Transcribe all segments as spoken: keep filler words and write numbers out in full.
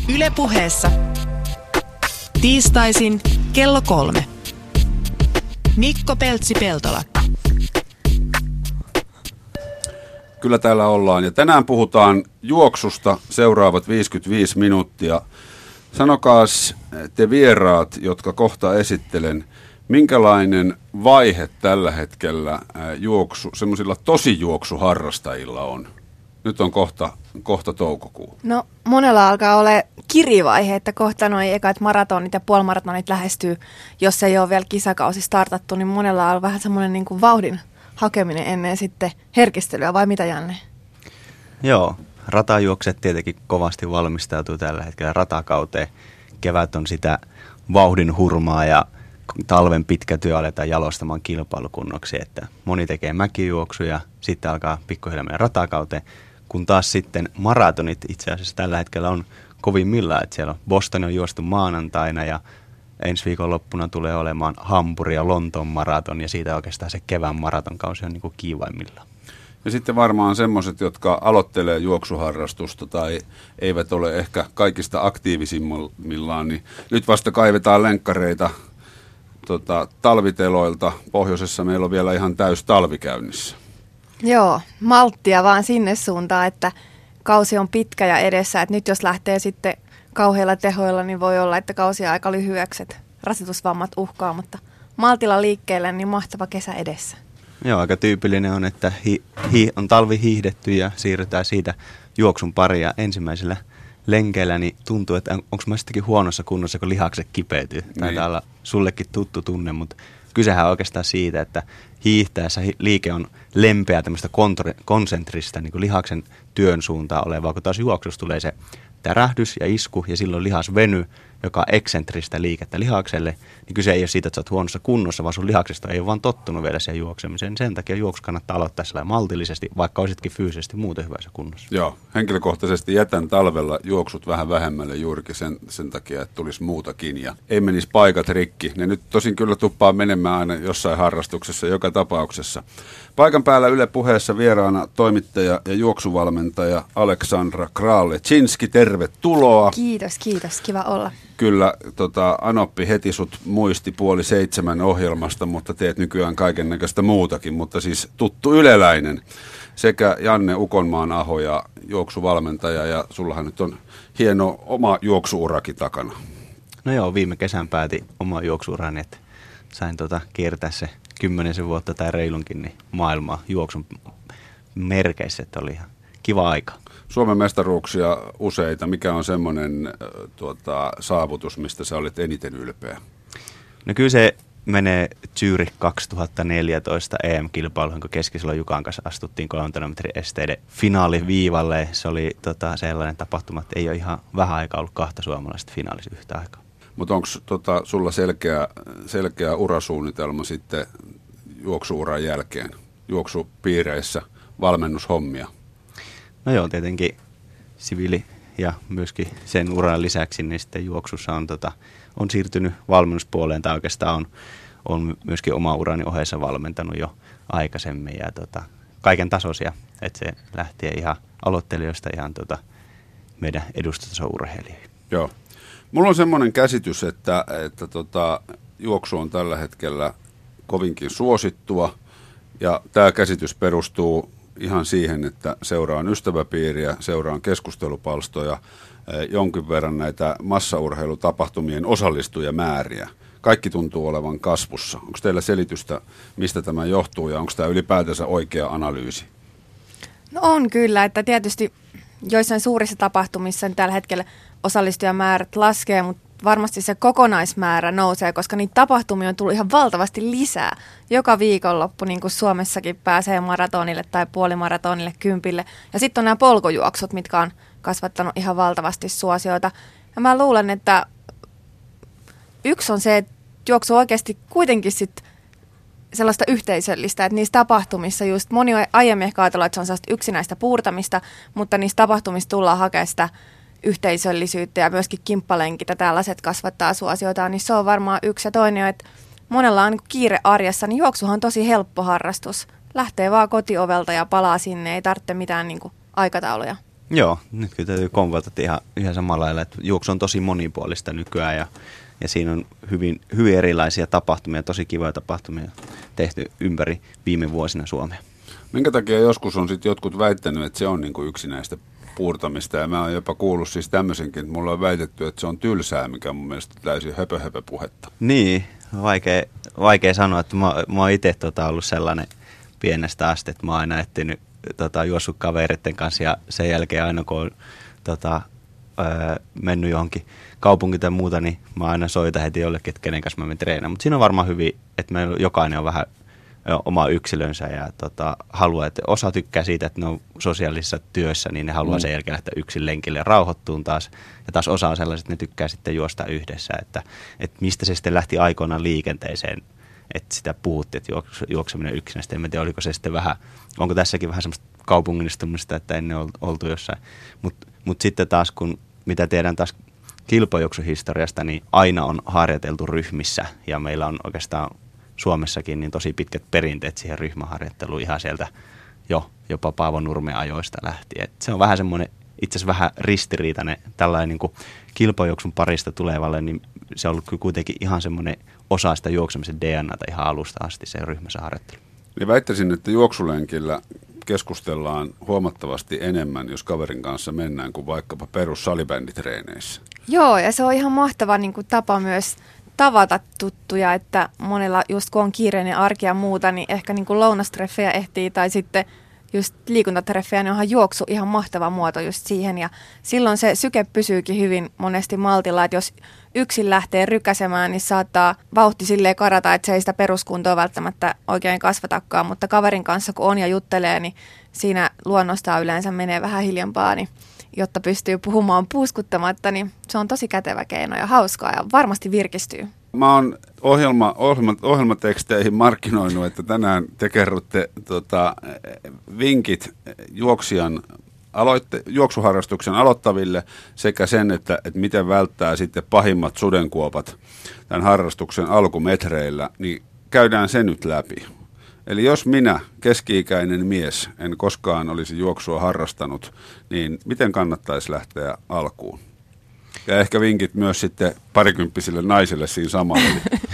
Yle Puheessa. Tiistaisin kello kolme. Mikko Peltsi-Peltola. Kyllä täällä ollaan ja tänään puhutaan juoksusta seuraavat viisikymmentäviisi minuuttia. Sanokaas te vieraat, jotka kohta esittelen, minkälainen vaihe tällä hetkellä juoksu, semmoisilla tosijuoksuharrastajilla on? Nyt on kohta, kohta toukokuu. No monella alkaa olla kirivaihe, että kohta noin ekat maratonit ja puolimaratonit lähestyy, jos ei ole vielä kisakausi startattu, niin monella on vähän semmoinen niin kuin vauhdin hakeminen ennen sitten herkistelyä, vai mitä Janne? Joo, ratajuokset tietenkin kovasti valmistautuu tällä hetkellä ratakauteen. Kevät on sitä vauhdin hurmaa ja talven pitkä työ aletaan jalostamaan kilpailukunnoksi, että moni tekee mäkijuoksuja, sitten alkaa pikkuhiljaa mennä ratakauteen, kun taas sitten maratonit itse asiassa tällä hetkellä on kovimmillaan, että siellä on Boston on juostu maanantaina ja ensi viikon loppuna tulee olemaan Hampuri ja Lontoon maraton ja siitä oikeastaan se kevään maratonkausi on niin kuin kiivaimmillaan. Ja sitten varmaan semmoiset, jotka aloittelee juoksuharrastusta tai eivät ole ehkä kaikista aktiivisimmillaan, niin nyt vasta kaivetaan lenkkareita tota, talviteloilta. Pohjoisessa meillä on vielä ihan täys talvi käynnissä. Joo, malttia vaan sinne suuntaan, että kausi on pitkä ja edessä, että nyt jos lähtee sitten kauheilla tehoilla, niin voi olla, että kausi on aika lyhyeksi, että rasitusvammat uhkaa, mutta maltilla liikkeelle, niin mahtava kesä edessä. Joo, aika tyypillinen on, että hi, hi, on talvi hiihdetty ja siirrytään siitä juoksun paria ensimmäisellä lenkeillä, niin tuntuu, että onko mä sittenkin huonossa kunnossa, kun lihakset kipeytyy. Taitaa niin olla sullekin tuttu tunne, mutta kysehän on oikeastaan siitä, että hiihtäessä liike on lempeä, tämmöistä konsentrista niin kuin lihaksen työn suuntaan olevaa, kun taas juoksussa tulee se tärähdys ja isku ja silloin lihas venyy, joka on eksentristä liikettä lihakselle, niin kyse ei ole siitä, että sä oot huonossa kunnossa, vaan sun lihaksesta ei ole vaan tottunut vielä siihen juoksemiseen. Sen takia juoksu kannattaa aloittaa sellainen maltillisesti, vaikka olisitkin fyysisesti muuten hyvässä kunnossa. Joo, henkilökohtaisesti jätän talvella juoksut vähän vähemmälle juurikin sen, sen takia, että tulisi muutakin ja ei menisi paikat rikki. Ne nyt tosin kyllä tuppaa menemään aina jossain harrastuksessa joka tapauksessa. Paikan päällä Yle Puheessa vieraana toimittaja ja juoksuvalmentaja Aleksandra Kraale-Chinski, tervetuloa. Kiitos, kiitos. Kiva olla. Kyllä, tota, Anoppi heti sut muisti puoli seitsemän ohjelmasta, mutta teet nykyään kaiken näköistä muutakin, mutta siis tuttu yleläinen sekä Janne Ukonmaan Aho ja juoksuvalmentaja ja sullahan nyt on hieno oma juoksuurakin takana. No joo, viime kesän päätin oma juoksuurani, että sain tota kiertää se kymmenisen vuotta tai reilunkin niin maailmaa juoksun merkeissä, että oli ihan kiva aika. Suomen mestaruuksia useita. Mikä on semmoinen tuota, saavutus, mistä sä olet eniten ylpeä? No kyllä se menee Zürich kaksituhattaneljätoista E M-kilpailuun, kun Keskisalon Jukan kanssa astuttiin kolmenkymmenen metrin esteiden finaaliviivalle. Se oli tota, sellainen tapahtuma, että ei ole ihan vähän aikaa ollut kahta suomalaista finaalissa yhtä aikaa. Mutta onko tota, sulla selkeä, selkeä urasuunnitelma sitten juoksuuran jälkeen, juoksupiireissä, valmennushommia? No joo, tietenkin siviili ja myöskin sen uran lisäksi niin sitten juoksussa on, tota, on siirtynyt valmennuspuoleen tai oikeastaan on, on myöskin oma urani ohessa valmentanut jo aikaisemmin ja tota, kaiken tasoisia, että se lähtee ihan aloittelijoista ihan tota, meidän edustustasourheilijoihin. Joo. Mulla on semmoinen käsitys, että, että tota, juoksu on tällä hetkellä kovinkin suosittua ja tämä käsitys perustuu ihan siihen, että seuraan ystäväpiiriä, seuraan keskustelupalstoja, jonkin verran näitä massaurheilutapahtumien osallistujamääriä. Kaikki tuntuu olevan kasvussa. Onko teillä selitystä, mistä tämä johtuu ja onko tämä ylipäätänsä oikea analyysi? No on kyllä, että tietysti joissain suurissa tapahtumissa niin tällä hetkellä osallistujamäärät laskee, mutta varmasti se kokonaismäärä nousee, koska niitä tapahtumia on tullut ihan valtavasti lisää. Joka viikonloppu, niin kuin Suomessakin pääsee maratonille tai puolimaratonille, kympille. Ja sitten on nämä polkujuoksut, mitkä on kasvattanut ihan valtavasti suosioita. Ja mä luulen, että yksi on se, että juoksu on oikeasti kuitenkin sit sellaista yhteisöllistä, että niissä tapahtumissa just moni on aiemmin ehkä ajatellut, että se on sellaista yksinäistä puurtamista, mutta niissä tapahtumissa tullaan hakemaan sitä yhteisöllisyyttä ja myöskin kimppalenkit ja tällaiset kasvattaa suosioita, niin se on varmaan yksi. Ja toinen on, että monella on niin kiire arjessa, niin juoksuhan on tosi helppo harrastus. Lähtee vaan kotiovelta ja palaa sinne, ei tarvitse mitään niin kuin aikatauluja. Joo, nyt kyllä täytyy konvata ihan, ihan samalla lailla, että juoksu on tosi monipuolista nykyään ja, ja siinä on hyvin, hyvin erilaisia tapahtumia, tosi kivoja tapahtumia tehty ympäri viime vuosina Suomea. Minkä takia joskus on sitten jotkut väittänyt, että se on niinku yksi näistä puurtamista, ja mä oon jopa kuullut siis tämmöisenkin, että mulla on väitetty, että se on tylsää, mikä on mun mielestä täysin höpö, höpö puhetta. Niin, vaikea, vaikea sanoa, että mä, mä oon itse tota ollut sellainen pienestä asti, että mä oon aina etsinyt tota, juossut kavereiden kanssa, ja sen jälkeen aina kun on tota, öö, mennyt johonkin kaupunkiin tai muuta, niin mä aina soitan heti jollekin, että kenen kanssa mä menen treenaamaan. Mutta siinä on varmaan hyvin, että meillä jokainen on vähän oma yksilönsä ja tota, haluaa, että osa tykkää siitä, että ne on sosiaalisessa työssä, niin ne haluaa mm. sen jälkeen lähteä yksin lenkille ja rauhoittuun taas. Ja taas osa on sellaiset, että ne tykkää sitten juosta yhdessä, että, että mistä se sitten lähti aikoinaan liikenteeseen, että sitä puhuttiin, että juokseminen yksinäistä. En tiedä, oliko se sitten vähän, onko tässäkin vähän semmoista kaupungistumista, että ennen oltu jossain. Mutta mut sitten taas, kun mitä tiedän taas kilpajuoksuhistoriasta, niin aina on harjoiteltu ryhmissä ja meillä on oikeastaan Suomessakin niin tosi pitkät perinteet siihen ryhmäharjoitteluun ihan sieltä jo jopa Paavo Nurmen ajoista lähtien. Et se on vähän semmoinen, itse asiassa vähän ristiriitainen tällainen niin kuin kilpajuoksun parista tulevalle, niin se on ollut kuitenkin ihan semmoinen osa sitä juoksemisen D N A:ta ihan alusta asti se ryhmässä harjoittelu. Ja väittäisin, että juoksulenkillä keskustellaan huomattavasti enemmän, jos kaverin kanssa mennään, kuin vaikkapa perussalibänditreeneissä. Joo, ja se on ihan mahtava niin kuin tapa myös tavata tuttuja, että monella just kun on kiireinen arki ja muuta, niin ehkä niin kuin lounastreffejä ehtii tai sitten just liikuntatreffejä, niin onhan juoksu ihan mahtava muoto just siihen ja silloin se syke pysyykin hyvin monesti maltilla, että jos yksin lähtee rykäsemään, niin saattaa vauhti silleen karata, että se ei sitä peruskuntoa välttämättä oikein kasvatakaan, mutta kaverin kanssa kun on ja juttelee, niin siinä luonnostaan yleensä menee vähän hiljempaa, niin jotta pystyy puhumaan puuskuttamatta, niin se on tosi kätevä keino ja hauskaa ja varmasti virkistyy. Mä oon ohjelma, ohjelma, ohjelmateksteihin markkinoinut, että tänään te kerrotte tota, vinkit juoksijan aloitte, juoksuharrastuksen aloittaville sekä sen, että, että miten välttää sitten pahimmat sudenkuopat tämän harrastuksen alkumetreillä, niin käydään se nyt läpi. Eli jos minä, keski-ikäinen mies, en koskaan olisi juoksua harrastanut, niin miten kannattaisi lähteä alkuun? Ja ehkä vinkit myös sitten parikymppisille naisille siinä samalla.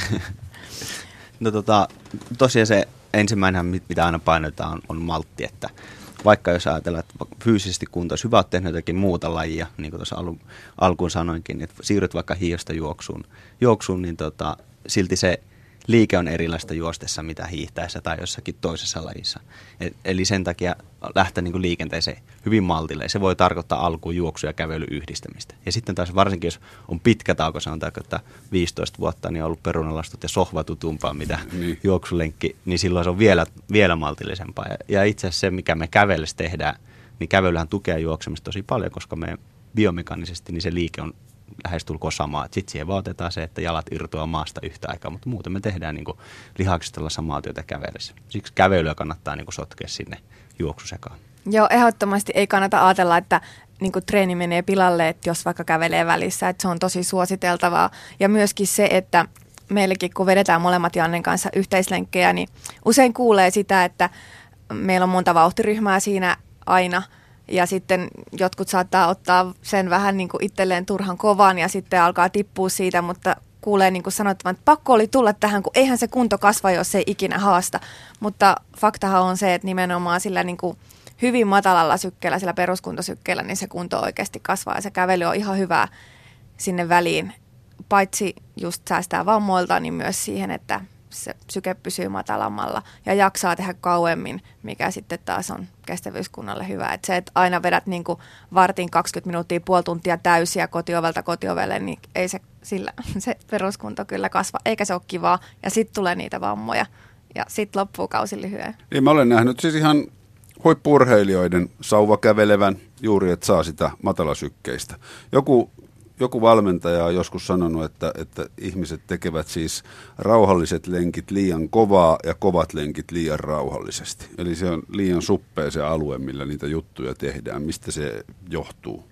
No tota, tosiaan se ensimmäinen, mitä aina painotetaan, on, on maltti, että vaikka jos ajatellaan, että fyysisesti kunto olisi hyvä, olet tehnyt jotakin muuta lajia, niin kuin tuossa alun, alkuun sanoinkin, että siirryt vaikka hiihdosta juoksuun, juoksuun niin tota, silti se liike on erilaista juostessa, mitä hiihtäessä tai jossakin toisessa lajissa. Et, eli sen takia lähteä niin kuin liikenteeseen hyvin maltille. Se voi tarkoittaa alkuun juoksu- ja kävely yhdistämistä. Ja sitten taas varsinkin, jos on pitkä tauko, sanotaan, että viisitoista vuotta, niin on ollut perunalastut ja sohva tutumpaa, mitä niin. juoksulenkki, niin silloin se on vielä, vielä maltillisempaa. Ja, ja itse asiassa se, mikä me kävellessä tehdään, niin kävelyhän tukee juoksemista tosi paljon, koska me biomekaanisesti niin se liike on lähestulkoon samaa. Sitten siihen vaatetaan se, että jalat irtoaa maasta yhtä aikaa, mutta muuten me tehdään niin kuin lihaksistella samaa työtä kävellessä. Siksi kävelyä kannattaa niin kuin sotkea sinne juoksusekaan. Joo, ehdottomasti ei kannata ajatella, että niin kuin treeni menee pilalle, että jos vaikka kävelee välissä, että se on tosi suositeltavaa. Ja myöskin se, että meillekin kun vedetään molemmat Jannen kanssa yhteislenkkejä, niin usein kuulee sitä, että meillä on monta vauhtiryhmää siinä aina, ja sitten jotkut saattaa ottaa sen vähän niin kuin itselleen turhan kovan ja sitten alkaa tippua siitä, mutta kuulee niin kuin sanottavan, että pakko oli tulla tähän, kun eihän se kunto kasva, jos ei ikinä haasta. Mutta faktahan on se, että nimenomaan sillä niin kuin hyvin matalalla sykkeellä, sillä peruskuntosykkeellä, niin se kunto oikeasti kasvaa ja se kävely on ihan hyvä sinne väliin. Paitsi just säästää vammoilta, niin myös siihen, että se syke pysyy matalammalla ja jaksaa tehdä kauemmin, mikä sitten taas on kestävyyskunnalle hyvä. Et se, että aina vedät niin kuin vartin kaksikymmentä minuuttia, puoli tuntia täysiä kotiovelta kotiovelle, niin ei se sillä se peruskunto kyllä kasva, eikä se ole kivaa. Ja sitten tulee niitä vammoja ja sitten loppuu kausi lyhyen. Niin mä olen nähnyt siis ihan huippu-urheilijoiden sauvakävelevän juuri, että saa sitä matalasykkeistä. Joku Joku valmentaja on joskus sanonut, että, että ihmiset tekevät siis rauhalliset lenkit liian kovaa ja kovat lenkit liian rauhallisesti. Eli se on liian suppea se alue, millä niitä juttuja tehdään. Mistä se johtuu?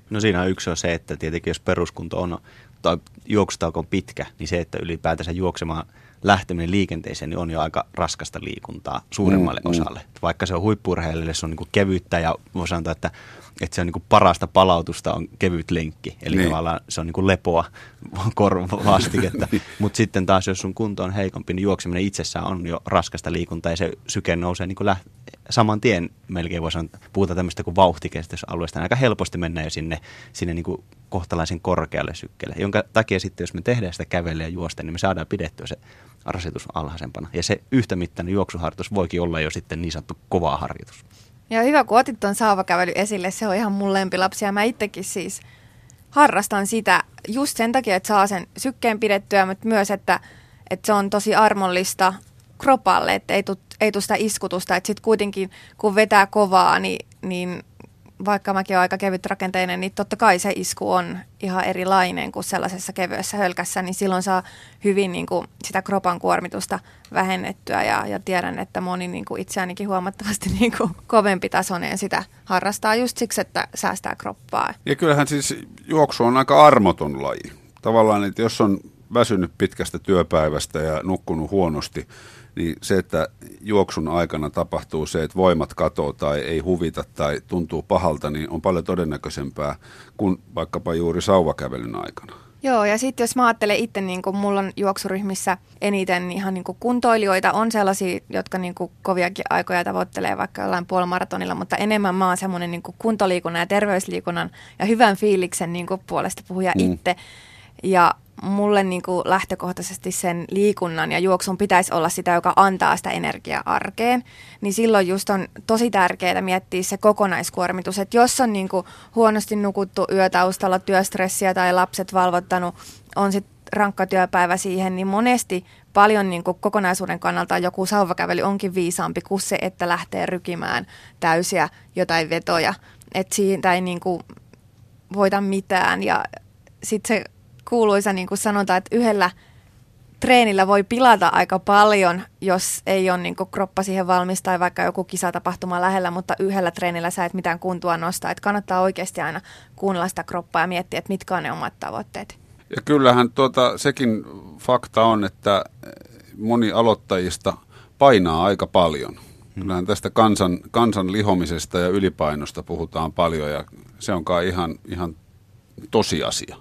No siinä on yksi on se, että tietenkin jos peruskunto on tai juoksutauko on pitkä, niin se, että ylipäätänsä juoksemaan lähteminen liikenteeseen niin on jo aika raskasta liikuntaa suurimmalle mm, osalle. Mm. Vaikka se on huippu-urheilijalle, se on niin kuin kevyttä ja voi sanoa, että, että se on niin kuin parasta palautusta on kevyt lenkki. Eli niin. Tavallaan se on niin kuin lepoa korvastiketta. Mutta sitten taas, jos sun kunto on heikompi, niin juokseminen itsessään on jo raskasta liikuntaa ja se syke nousee niin kuin läht- saman tien melkein voi sanoa, puhutaan tämmöistä kuin vauhtikestys-alueesta. Aika helposti mennään jo sinne, sinne niin kuin kohtalaisen korkealle sykkeelle, jonka takia sitten, jos me tehdään sitä kävellä ja juosta, niin me saadaan pidettyä se rasitus alhaisempana. Ja se yhtämittainen juoksuharjoitus voikin olla jo sitten niin sanottu kova harjoitus. Ja hyvä, kun otit tuon sauvakävely esille, se on ihan mun lempilapsi ja mä itsekin siis harrastan sitä just sen takia, että saa sen sykkeen pidettyä, mutta myös, että, että se on tosi armollista kropalle, että ei tule ei tule sitä iskutusta, että sitten kuitenkin kun vetää kovaa, niin, niin vaikka mäkin olen aika kevyt rakenteinen, niin totta kai se isku on ihan erilainen kuin sellaisessa kevyessä hölkässä, niin silloin saa hyvin niin kuin sitä kropan kuormitusta vähennettyä ja, ja tiedän, että moni niin kuin itseänikin huomattavasti niin kuin kovempi tasoinen sitä harrastaa just siksi, että säästää kroppaa. Ja kyllähän siis juoksu on aika armoton laji. Tavallaan, että jos on väsynyt pitkästä työpäivästä ja nukkunut huonosti, niin se, että juoksun aikana tapahtuu se, että voimat katoo tai ei huvita tai tuntuu pahalta, niin on paljon todennäköisempää kuin vaikkapa juuri sauvakävelyn aikana. Joo, ja sitten jos mä ajattelen itse, niin kun mulla on juoksuryhmissä eniten ihan niin kuin kuntoilijoita, on sellaisia, jotka niin kuin koviakin aikoja tavoittelee vaikka jollain puolimaratonilla, mutta enemmän mä oon semmoinen niin kuin kuntoliikunnan ja terveysliikunnan ja hyvän fiiliksen niin kuin puolesta puhuja mm. itse. Ja mulle niin kuin lähtökohtaisesti sen liikunnan ja juoksun pitäisi olla sitä, joka antaa sitä energiaa arkeen, niin silloin just on tosi tärkeää miettiä se kokonaiskuormitus, että jos on niin kuin huonosti nukuttu yötaustalla, työstressiä tai lapset valvottanut, on sitten rankka työpäivä siihen, niin monesti paljon niin kuin kokonaisuuden kannalta joku sauvakävely onkin viisaampi kuin se, että lähtee rykimään täysiä jotain vetoja, että siitä ei niin kuin voita mitään ja sitten se kuuluisa niin kuin sanotaan, että yhdellä treenillä voi pilata aika paljon, jos ei ole niin kuin kroppa siihen valmis tai vaikka joku kisatapahtuma lähellä, mutta yhdellä treenillä sä et mitään kuntoa nostaa. Että kannattaa oikeasti aina kuunnella sitä kroppaa ja miettiä, että mitkä on ne omat tavoitteet. Ja kyllähän tuota, sekin fakta on, että moni aloittajista painaa aika paljon. Kyllähän tästä kansan, kansan lihomisesta ja ylipainosta puhutaan paljon ja se on kai ihan, ihan tosiasia.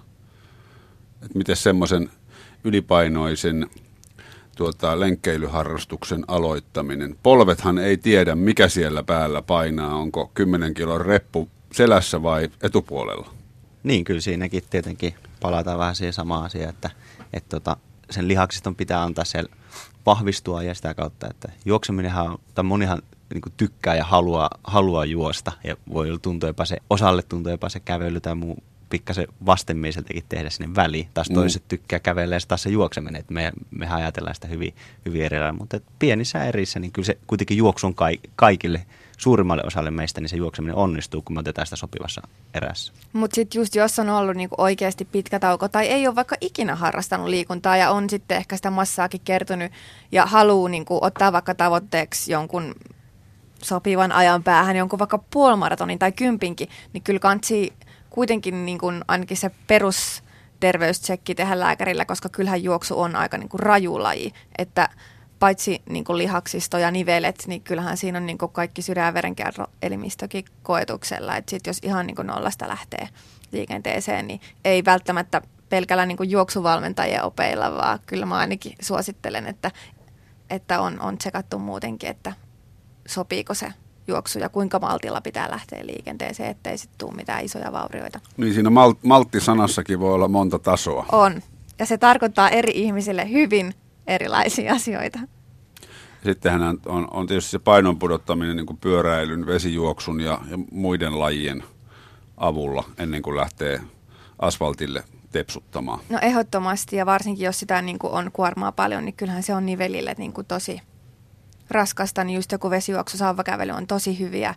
Että miten semmoisen ylipainoisen tuota, lenkkeilyharrastuksen aloittaminen. Polvethan ei tiedä, mikä siellä päällä painaa. Onko kymmenen kilon reppu selässä vai etupuolella? Niin, kyllä siinäkin tietenkin palataan vähän siihen samaan asiaan, että, että tota, sen lihaksiston pitää antaa siellä vahvistua ja sitä kautta, että juokseminenhan, tai monihan niin kuin tykkää ja haluaa, haluaa juosta ja voi tuntua jopa se, osalle tuntua jopa se kävely tai muu pikkasen vastenmieliseltäkin tehdä sinne väliin. Taas toiset mm. tykkää kävellä ja taas se juokseminen. Että me, mehän ajatellaan sitä hyvin, hyvin erilailla. Mutta pienissä erissä, niin kyllä se kuitenkin juoksu on kaikille, suurimmalle osalle meistä, niin se juokseminen onnistuu, kun me otetaan sitä sopivassa erässä. Mutta sitten just jos on ollut niinku oikeasti pitkä tauko tai ei ole vaikka ikinä harrastanut liikuntaa ja on sitten ehkä sitä massaakin kertynyt ja haluaa niinku ottaa vaikka tavoitteeksi jonkun sopivan ajan päähän, jonkun vaikka puolimaratonin tai kympinkin, niin kyllä kansi kuitenkin niin kuin ainakin se perusterveystsekki tehdä lääkärillä, koska kyllähän juoksu on aika niin kuin raju laji, että paitsi niin kuin lihaksisto ja nivelet, niin kyllähän siinä on niin kuin kaikki sydän- ja verenkiertoelimistökin koetuksella, että sitten jos ihan niin kuin nollasta lähtee liikenteeseen, niin ei välttämättä pelkällä niin kuin juoksuvalmentajien opeilla, vaan kyllä mä ainakin suosittelen, että, että on, on tsekattu muutenkin, että sopiiko se juoksu ja kuinka maltilla pitää lähteä liikenteeseen, ettei sitten tule mitään isoja vaurioita. Niin siinä mal- malttisanassakin voi olla monta tasoa. On. Ja se tarkoittaa eri ihmisille hyvin erilaisia asioita. Sittenhän on, on tietysti se painon pudottaminen niin kuin pyöräilyn, vesijuoksun ja, ja muiden lajien avulla ennen kuin lähtee asfaltille tepsuttamaan. No ehdottomasti ja varsinkin jos sitä niin kuin on kuormaa paljon, niin kyllähän se on nivelille niin kuin tosi raskasta, niin just joku vesijuoksu, sauvakävely on tosi hyviä.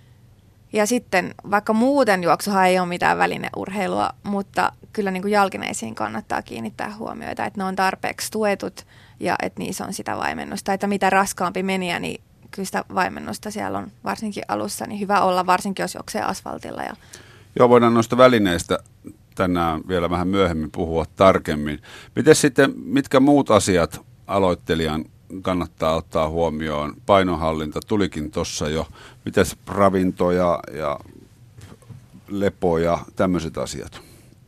Ja sitten vaikka muuten juoksuhan ei ole mitään välineurheilua, mutta kyllä niin kuin jalkineisiin kannattaa kiinnittää huomioita, että ne on tarpeeksi tuetut ja että niissä on sitä vaimennusta. Että mitä raskaampi meniä, niin kyllä sitä vaimennusta siellä on varsinkin alussa niin hyvä olla, varsinkin jos juoksee asfaltilla. Ja Joo, voidaan noista välineistä tänään vielä vähän myöhemmin puhua tarkemmin. Miten sitten, mitkä muut asiat aloittelijan kannattaa ottaa huomioon? Painonhallinta tulikin tuossa jo. Mitäs ravinto ja, ja lepo ja tämmöiset asiat?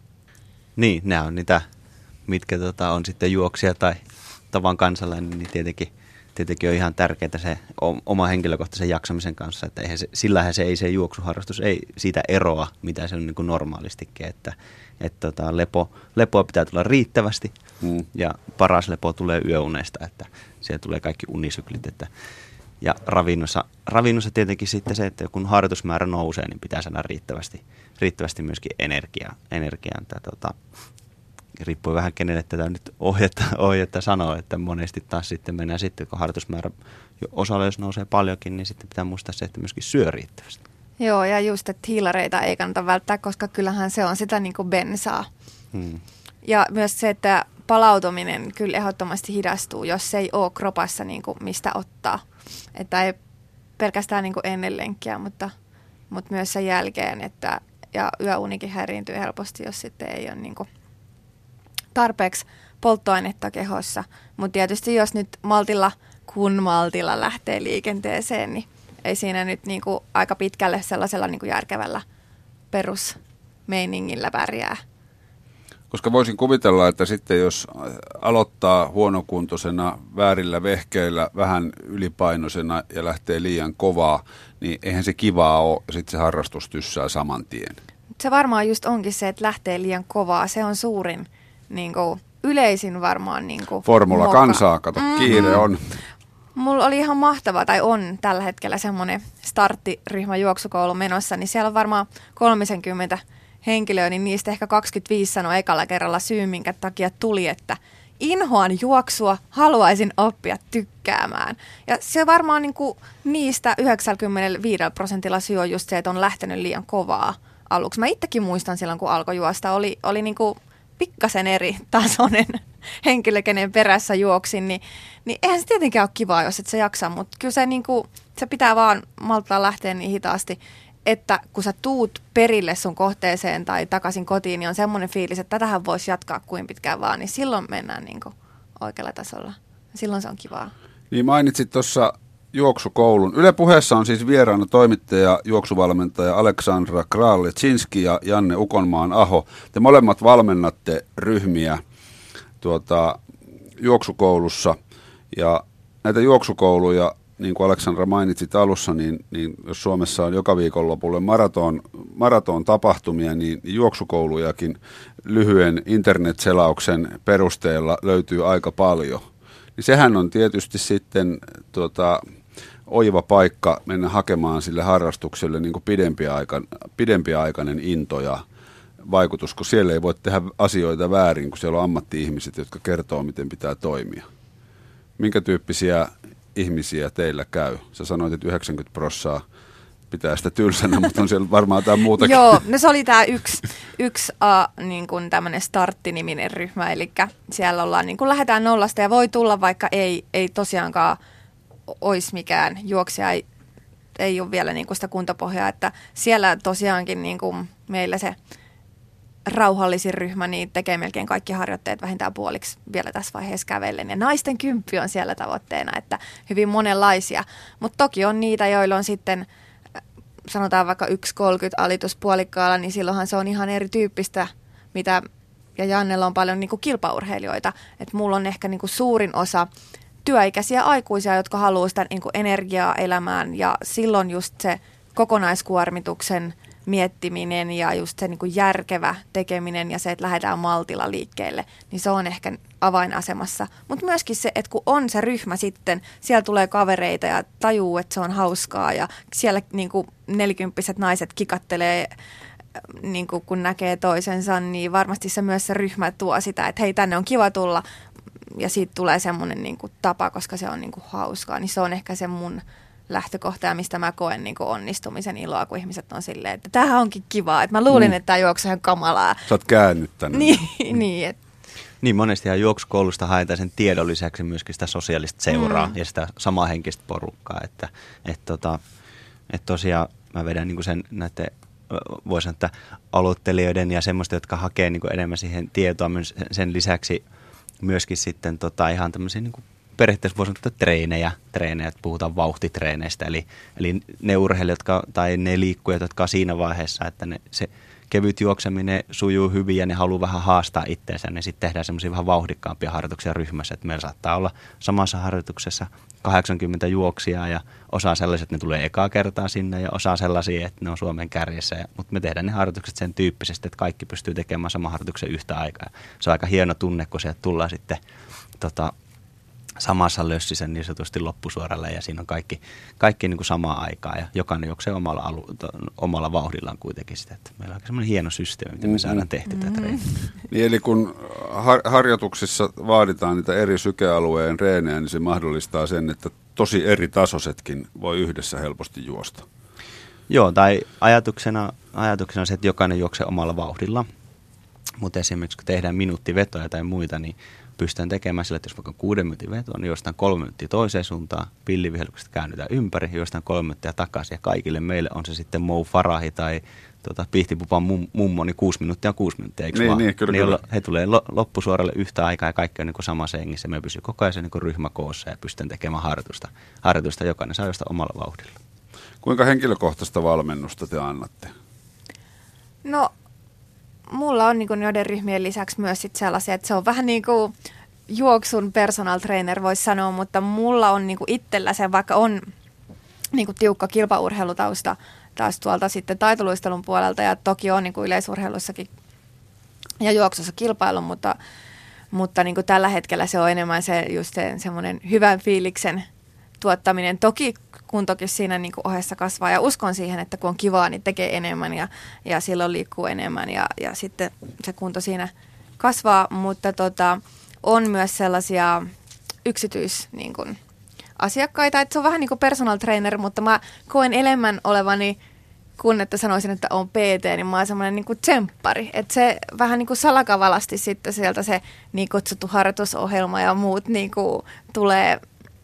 Niin, nämä on niitä, mitkä tota, on sitten juoksija tai tavan kansalainen, niin tietenkin, tietenkin on ihan tärkeää se oma henkilökohtaisen jaksamisen kanssa, että eihän se, sillähän se ei se juoksuharrastus ei siitä eroa, mitä se on niin kuin normaalistikin, että et tota, lepo, lepoa pitää tulla riittävästi hmm. ja paras lepo tulee yöunesta, että siellä tulee kaikki unisyklit, että ja ravinnossa, ravinnossa tietenkin sitten se, että kun harjoitusmäärä nousee, niin pitää saada riittävästi, riittävästi myöskin energiaa. energiaa että, tota, riippuu vähän kenelle tätä nyt ohjetta, ohjetta sanoo, että monesti taas sitten mennään sitten, kun harjoitusmäärä osalle jos nousee paljonkin, niin sitten pitää muistaa se, että myöskin syö riittävästi. Joo, ja just, että hiilareita ei kannata välttää, koska kyllähän se on sitä niin kuin bensaa. Hmm. Ja myös se, että palautuminen kyllä ehdottomasti hidastuu, jos se ei ole kropassa niin kuin mistä ottaa. Että ei pelkästään niin kuin ennen lenkkiä, mutta, mutta myös sen jälkeen. Että, ja yöunikin häiriintyy helposti, jos sitten ei ole niin kuin tarpeeksi polttoainetta kehossa. Mutta tietysti jos nyt maltilla, kun maltilla lähtee liikenteeseen, niin ei siinä nyt niin kuin aika pitkälle sellaisella niin kuin järkevällä perusmeiningillä pärjää. Koska voisin kuvitella, että sitten jos aloittaa huonokuntoisena, väärillä vehkeillä, vähän ylipainoisena ja lähtee liian kovaa, niin eihän se kivaa ole, ja sitten se harrastus tyssää saman tien. Se varmaan just onkin se, että lähtee liian kovaa. Se on suurin, niin kuin, yleisin varmaan niin kuin Formula moka. Kansaa, kato, mm-hmm. kiire on. Mulla oli ihan mahtava, tai on tällä hetkellä semmoinen starttiryhmä juoksukoulu menossa, niin siellä on varmaan kolmekymmentä henkilöä, niin niistä ehkä kaksikymmentäviisi sanoi ekalla kerralla syy, minkä takia tuli, että inhoan juoksua, haluaisin oppia tykkäämään. Ja se varmaan niin kuin niistä yhdeksänkymmentäviisi prosentilla syy on just se, että on lähtenyt liian kovaa aluksi. Mä itsekin muistan silloin, kun alkoi juosta, oli, oli niin kuin pikkasen eri tasoinen henkilö, kenen perässä juoksin, niin, niin eihän se tietenkään ole kivaa, jos et sä jaksa, mutta kyllä se, niin kuin, se pitää vaan malttaa lähteä niin hitaasti, että kun sä tuut perille sun kohteeseen tai takaisin kotiin, niin on semmoinen fiilis, että tätähän voisi jatkaa kuin pitkään vaan, niin silloin mennään niin kuin oikealla tasolla. Silloin se on kivaa. Niin mainitsit tuossa juoksukoulun. Yle Puheessa on siis vieraana toimittaja, juoksuvalmentaja Aleksandra Kraal-Leczinski ja Janne Ukonmaan Aho. Te molemmat valmennatte ryhmiä tuota, juoksukoulussa ja näitä juoksukouluja, niin kuin Aleksandra mainitsit alussa, niin, niin jos Suomessa on joka viikonlopulle maraton, maraton tapahtumia, niin juoksukoulujakin lyhyen internetselauksen perusteella löytyy aika paljon. Niin sehän on tietysti sitten tuota, oiva paikka mennä hakemaan sille harrastukselle niin kuin pidempiaikainen, pidempiaikainen into ja vaikutus, kun siellä ei voi tehdä asioita väärin, kun siellä on ammatti-ihmiset, jotka kertoo, miten pitää toimia. Minkä tyyppisiä ihmisiä teillä käy? Sä sanoit, että yhdeksänkymmentä prosenttia pitää sitä tylsänä, mutta on siellä varmaan jotain muutakin. Joo, no se oli tämä yksi, yksi uh, niin kuin tämmöinen startti-niminen ryhmä, eli siellä ollaan, niin kuin lähdetään nollasta ja voi tulla, vaikka ei, ei tosiaankaan olisi mikään juoksija, ei, ei ole vielä niin kuin sitä kuntopohjaa, että siellä tosiaankin niin kuin meillä se rauhallisin ryhmä niin tekee melkein kaikki harjoitteet vähintään puoliksi vielä tässä vaiheessa kävellen. Ja naisten kymppi on siellä tavoitteena, että hyvin monenlaisia. Mutta toki on niitä, joilla on sitten, sanotaan vaikka yksi kolmekymmentä alitus puolikkaalla, niin silloinhan se on ihan erityyppistä, mitä, ja Jannella on paljon niin kuin kilpaurheilijoita. Että mulla on ehkä niin kuin suurin osa työikäisiä aikuisia, jotka haluaa sitä niin kuin energiaa elämään, ja silloin just se kokonaiskuormituksen miettiminen ja just se niin kuin järkevä tekeminen ja se, että lähdetään maltilla liikkeelle, niin se on ehkä avainasemassa. Mutta myöskin se, että kun on se ryhmä sitten, siellä tulee kavereita ja tajuu, että se on hauskaa ja siellä niin kuin nelikymppiset naiset kikattelee, niin kuin kun näkee toisensa, niin varmasti se myös se ryhmä tuo sitä, että hei, tänne on kiva tulla ja siitä tulee semmoinen niin kuin tapa, koska se on niin kuin hauskaa, niin se on ehkä se mun lähtökohta ja mistä mä koen niin kuin onnistumisen iloa, kun ihmiset on silleen, että tämähän onkin kivaa. Että mä luulin, mm. että tämä juoksu on ihan kamalaa. Sä oot käännyttänyt. niin, niin, et. niin, monestihan juoksukoulusta haetaan sen tiedon lisäksi myöskin sitä sosiaalista seuraa mm. ja sitä samanhenkistä porukkaa. Että et tota, et tosiaan mä vedän niin kuin sen näiden voisi sanoa, että aloittelijoiden ja semmoista, jotka hakee niin kuin enemmän siihen tietoa myös sen lisäksi myöskin sitten tota, ihan tämmöisiä niin kuin periaatteessa voisi sanoa, että treenejä, treenejä, että puhutaan vauhtitreeneistä, eli, eli ne urheilijat jotka, tai ne liikkujat, jotka on siinä vaiheessa, että ne, se kevyt juokseminen sujuu hyvin ja ne haluaa vähän haastaa itseensä, niin sitten tehdään semmoisia vähän vauhdikkaampia harjoituksia ryhmässä, että meillä saattaa olla samassa harjoituksessa kahdeksankymmentä juoksijaa ja osa sellaiset, että ne tulee ekaa kertaa sinne ja osa sellaisia, että ne on Suomen kärjessä, ja, mutta me tehdään ne harjoitukset sen tyyppisesti, että kaikki pystyy tekemään saman harjoituksen yhtä aikaa. Se on aika hieno tunne, kun sieltä tullaan sitten tota, samassa lössissä niin sanotusti loppusuoralle ja siinä on kaikki, kaikki niin kuin samaa aikaa ja jokainen juoksee omalla, alu, to, omalla vauhdillaan kuitenkin sitä. Että meillä on aika semmoinen hieno systeemi, miten me saadaan tehty tätä treeniä. Niin, eli kun har- harjoituksissa vaaditaan niitä eri sykealueen reenejä, niin se mahdollistaa sen, että tosi eri tasoisetkin voi yhdessä helposti juosta. Joo, tai ajatuksena, ajatuksena on se, että jokainen juoksee omalla vauhdilla, mutta esimerkiksi kun tehdään minuuttivetoja tai muita, niin pystytään tekemään sillä, että jos vaikka kuuden minuutin veto, niin jostain kolme minuuttia toiseen suuntaan, pillivihellykset käännytään ympäri, jostain kolme minuuttia takaisin. Ja kaikille meille on se sitten Mo Farahi tai tota, Pihtipupan mum, mummo, niin kuusi minuuttia on kuusi minuuttia, eikö niin, vaan? Niin, kyllä, niin kyllä. He tulee loppusuoralle yhtä aikaa ja kaikki on niin samassa hengissä. Me pysyy koko ajan niin ryhmäkoossa ja pystytään tekemään harjoitusta. Harjoitusta jokainen saa jostain omalla vauhdilla. Kuinka henkilökohtaista valmennusta te annatte? No, mulla on niin joiden ryhmien lisäksi myös sit sellaisia, että se on vähän niin kuin juoksun personal trainer voisi sanoa, mutta mulla on niin kuin itsellä se, vaikka on niin kuin tiukka kilpaurheilutausta taas tuolta sitten taitoluistelun puolelta ja toki on niin kuin yleisurheilussakin ja juoksussa kilpailu, mutta, mutta niin kuin tällä hetkellä se on enemmän se just se, semmoinen hyvän fiiliksen tuottaminen. Toki kun toki siinä niin kuin ohessa kasvaa ja uskon siihen, että kun on kivaa, niin tekee enemmän ja, ja silloin liikkuu enemmän ja, ja sitten se kunto siinä kasvaa, mutta tota, on myös sellaisia yksityis niin kuin, asiakkaita, että se on vähän niin kuin personal trainer, mutta mä koen enemmän olevani, kun että sanoisin, että on P T, niin mä oon semmoinen niin kuin tsemppari. Että se vähän niin kuin salakavalasti sitten sieltä se niin kutsuttu harjoitusohjelma ja muut niin kuin tulee,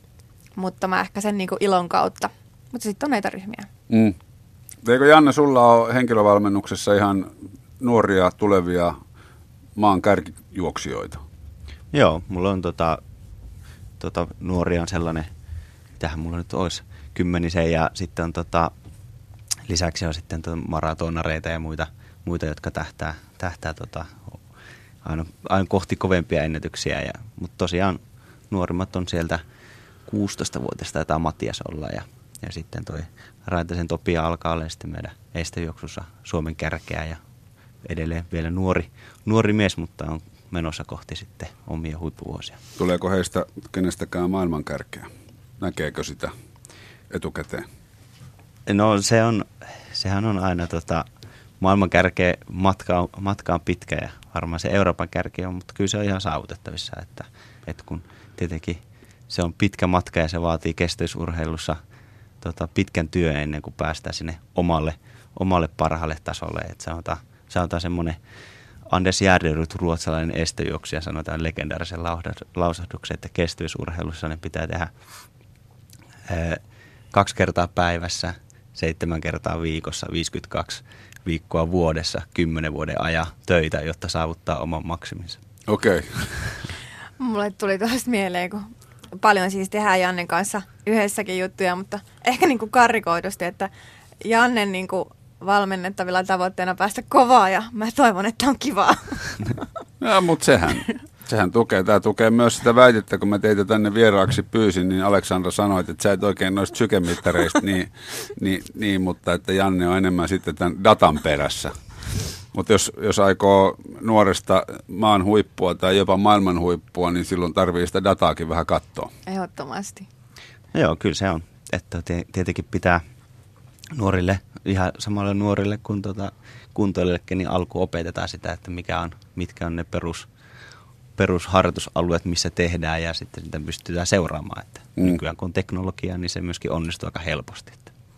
mutta mä ehkä sen niin kuin ilon kautta. Mutta sitten on näitä ryhmiä. Mm. Eikö Janne, sulla on henkilövalmennuksessa ihan nuoria tulevia maan kärkijuoksijoita? Joo, mulla on tota, tota, nuoria on sellainen, mitähän mulla nyt olisi, kymmenisen ja sitten on tota, lisäksi on sitten tota maratonareita ja muita, muita jotka tähtää, tähtää tota, aina, aina kohti kovempia ennätyksiä. Ja, mutta tosiaan nuorimmat on sieltä kuusitoistavuotiaista taitaa Matias olla ja, ja sitten toi Raitasen Topia alkaa olla sitten meidän estejuoksussa Suomen kärkeä ja edelleen vielä nuori, nuori mies, mutta on menossa kohti sitten omia huippuvuosia. Tuleeko heistä kenestäkään maailmankärkeä? Näkeekö sitä etukäteen? No se on, sehän on aina tota, maailmankärkeä matka on, matka on pitkä ja varmaan se Euroopan kärki on, mutta kyllä se on ihan saavutettavissa, että, että kun tietenkin se on pitkä matka ja se vaatii kestävyysurheilussa tota, pitkän työn ennen kuin päästään sinne omalle, omalle parhaalle tasolle, että sanotaan, sanotaan semmoinen Anders Järderud, ruotsalainen estejuoksija, sanotaan legendaarisen lausahduksen, että kestävyysurheilussa ne pitää tehdä ää, kaksi kertaa päivässä, seitsemän kertaa viikossa, viisikymmentäkaksi viikkoa vuodessa, kymmenen vuoden ajan töitä, jotta saavuttaa oman maksiminsa. Okei. Okay. Mulle tuli tuosta mieleen, kun paljon siis tehdään Jannen kanssa yhdessäkin juttuja, mutta ehkä niin kuin karrikoidusti, että Janne niin kuin valmennettavilla tavoitteena päästä kovaa ja mä toivon, että on kivaa. No, mutta sehän, sehän tukee. Tämä tukee myös sitä väitettä, kun mä teitä tänne vieraaksi pyysin, niin Aleksandra sanoi, että sä et oikein noista sykemittareista, niin, niin, niin, mutta että Janne on enemmän sitten tämän datan perässä. Mutta jos, jos aikoo nuoresta maan huippua tai jopa maailman huippua, niin silloin tarvii sitä dataakin vähän katsoa. Ehdottomasti. No joo, kyllä se on. Että tietenkin pitää nuorille, ihan samalle nuorille kuin tuota kuntoilijoillekin, niin alkuun opetetaan sitä, että mikä on, mitkä on ne perus, perusharjoitusalueet, missä tehdään ja sitten sitä pystytään seuraamaan. Että mm. Nykyään kun on teknologiaa, niin se myöskin onnistuu aika helposti.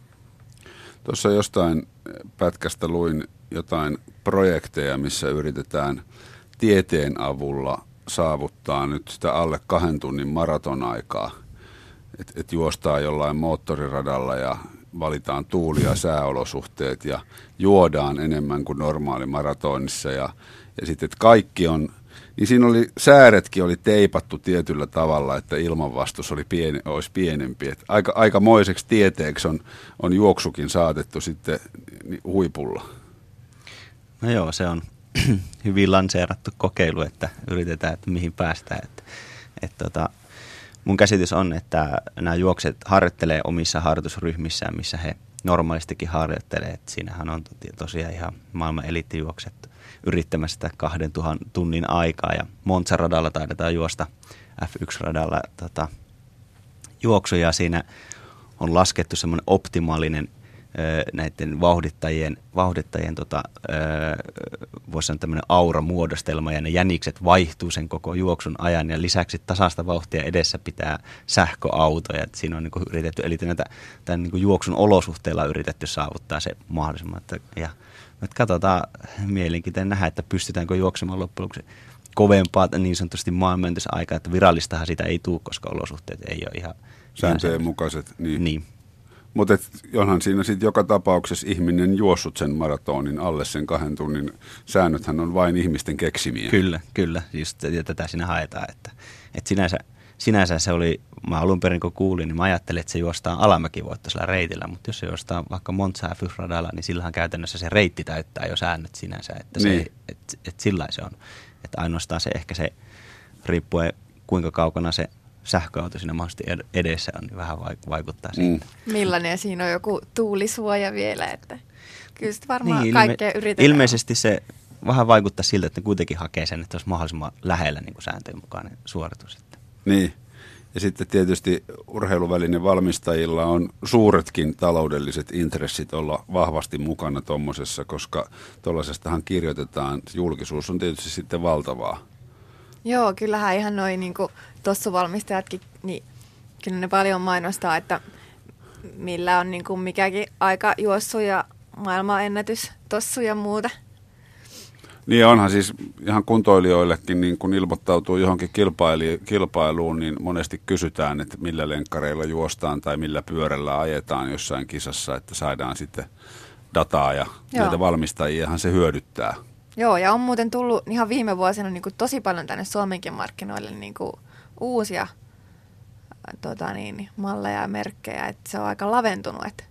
Tuossa jostain pätkästä luin jotain projekteja, missä yritetään tieteen avulla saavuttaa nyt sitä alle kahden tunnin maratonaikaa. Että et juostaa jollain moottoriradalla ja, valitaan tuuli- ja sääolosuhteet ja juodaan enemmän kuin normaali maratonissa ja, ja sitten että kaikki on, niin siinä oli, sääretkin oli teipattu tietyllä tavalla, että ilmanvastus oli pieni, olisi pienempi. Että aika, aikamoiseksi tieteeksi on, on juoksukin saatettu sitten huipulla. No joo, se on hyvin lanseerattu kokeilu, että yritetään, että mihin päästään. Että, että tota, mun käsitys on, että nämä juokset harjoittelee omissa harjoitusryhmissään, missä he normaalistikin harjoittelee. Että siinähän on tosiaan ihan maailman eliittijuokset yrittämässä sitä kahden tuhan tunnin aikaa. Ja Monza-radalla taidetaan juosta F yksi -radalla tota, juoksuja. Siinä on laskettu semmoinen optimaalinen näiden vauhdittajien, vauhdittajien tota, voisi sanoa tämmöinen auramuodostelma, ja ne jänikset vaihtuu sen koko juoksun ajan, ja lisäksi tasaista vauhtia edessä pitää sähköautoja. Et siinä on niin kuin yritetty, eli näitä, tämän niin kuin juoksun olosuhteilla yritetty saavuttaa se mahdollisimman. Että, ja nyt katsotaan mielenkiintoinen nähdä, että pystytäänkö juoksemaan loppujen lopuksi kovempaa niin sanotusti maanmyöntysaikaa, että virallistahan sitä ei tule, koska olosuhteet ei ole ihan sääntöjen mukaiset. Niin. niin. Mutta onhan siinä sitten joka tapauksessa ihminen juossut sen maratonin alle sen kahden tunnin. Säännöthän on vain ihmisten keksimiä. Kyllä, kyllä. Just, ja tätä siinä haetaan. Että, että sinänsä, sinänsä se oli, mä alun perin kun kuulin, niin mä ajattelin, että se juostaan alamäkivoittoisella reitillä. Mutta jos se juostaan vaikka Monza F yksi -radalla, niin sillähän käytännössä se reitti täyttää jo säännöt sinänsä. Että niin. se, et, et sillä se on. Että ainoastaan se ehkä se, riippuen kuinka kaukana se sähköauto siinä mahdollisesti edessä on, niin vähän vaikuttaa siitä. Mm. Millainen siinä on joku tuulisuoja vielä, että kyllä sitten varmaan niin, kaikkea ilme- yritetään. Ilmeisesti se vähän vaikuttaa siltä, että ne kuitenkin hakee sen, että olisi mahdollisimman lähellä niin kuin sääntöjen mukainen suoritus. Niin, ja sitten tietysti urheiluvälinen valmistajilla on suuretkin taloudelliset intressit olla vahvasti mukana tuommoisessa, koska tuollaisestahan kirjoitetaan, julkisuus on tietysti sitten valtavaa. Joo, kyllähän ihan noin niin tossuvalmistajatkin, niin kyllä ne paljon mainostaa, että millä on niin kuin mikäkin aika juossu ja maailmanennätys tossu ja muuta. Niin onhan siis ihan kuntoilijoillekin, niin kun ilmoittautuu johonkin kilpailuun, niin monesti kysytään, että millä lenkkareilla juostaan tai millä pyörällä ajetaan jossain kisassa, että saadaan sitten dataa ja Joo. näitä valmistajiahan se hyödyttää. Joo, ja on muuten tullut ihan viime vuosina niin kuin tosi paljon tänne Suomenkin markkinoille niin kuin uusia tota niin, malleja ja merkkejä, että se on aika laventunut, että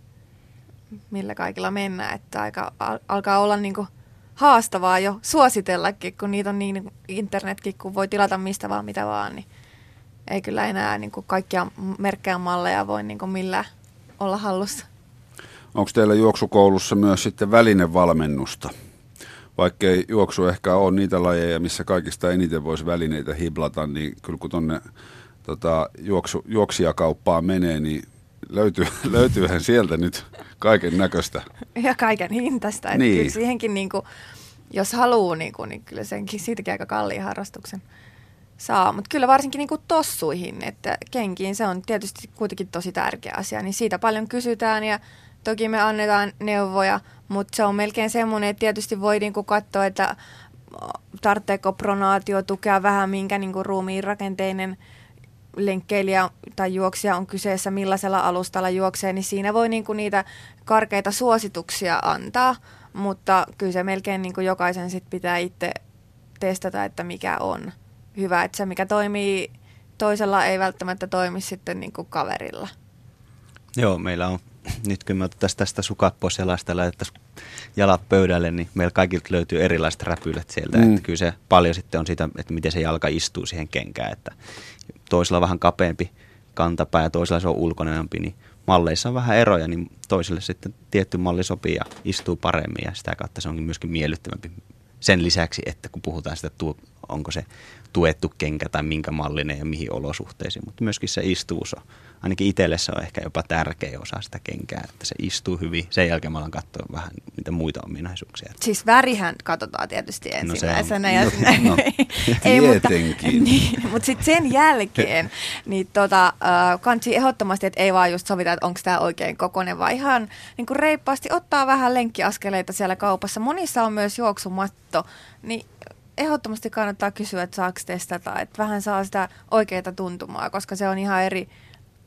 millä kaikilla mennään, että aika al- alkaa olla niin kuin haastavaa jo suositellakin, kun niitä on niin internetkin, kun voi tilata mistä vaan mitä vaan, niin ei kyllä enää niin kuin kaikkia merkkejä malleja voi niin kuin millään olla hallussa. Onko teillä juoksukoulussa myös sitten välinevalmennusta? Vaikkei juoksu ehkä ole niitä lajeja, missä kaikista eniten voisi välineitä hiblata, niin kyllä kun tuonne tota, juoksu, juoksijakauppaan menee, niin löytyy, löytyyhän sieltä nyt kaiken näköistä. Ja kaiken hintaista. Että niin. Kyllä siihenkin, niin kuin, jos haluaa, niin, kuin, niin kyllä senkin siitäkin aika kalliin harrastuksen saa. Mutta kyllä varsinkin niin kuin tossuihin, että kenkiin se on tietysti kuitenkin tosi tärkeä asia. Niin siitä paljon kysytään ja toki me annetaan neuvoja, mutta se on melkein semmoinen, että tietysti voi niin kuin katsoa, että tarvitseeko pronaatio tukea vähän, minkä niin kuin ruumiin rakenteinen lenkkeilijä tai juoksija on kyseessä, millaisella alustalla juoksee, niin siinä voi niinku niitä karkeita suosituksia antaa, mutta kyllä se melkein niinku jokaisen sit pitää itse testata, että mikä on hyvä, että se mikä toimii toisella ei välttämättä toimi sitten niinku kaverilla. Joo, meillä on, nyt kun me otettaisiin tästä sukat pois jalasta ja laitettaisiin jalat pöydälle, niin meillä kaikilta löytyy erilaiset räpylät sieltä, mm. että kyllä se paljon sitten on siitä, että miten se jalka istuu siihen kenkään, että toisella vähän kapeampi kantapää ja toisella se on ulkoneempi, niin malleissa on vähän eroja, niin toiselle sitten tietty malli sopii ja istuu paremmin ja sitä kautta se onkin myöskin miellyttävämpi. Sen lisäksi, että kun puhutaan sitä, onko se tuettu kenkä tai minkä mallinen ja mihin olosuhteisiin, mutta myöskin se istuvuus on. Ainakin itselle se on ehkä jopa tärkeä osa sitä kenkää, että se istuu hyvin. Sen jälkeen mä alan katsoa vähän niitä muita ominaisuuksia. Siis värihän katsotaan tietysti ensimmäisenä. No, ja no, no, ei, mutta, niin, mutta sitten sen jälkeen niin tota, äh, kansi ehdottomasti, että ei vaan just sovita, että onko tämä oikein kokoinen, vaan ihan niin kuin reippaasti ottaa vähän lenkkiaskeleita siellä kaupassa. Monissa on myös juoksumatto, niin ehdottomasti kannattaa kysyä, että saako testata, että vähän saa sitä oikeaa tuntumaa, koska se on ihan eri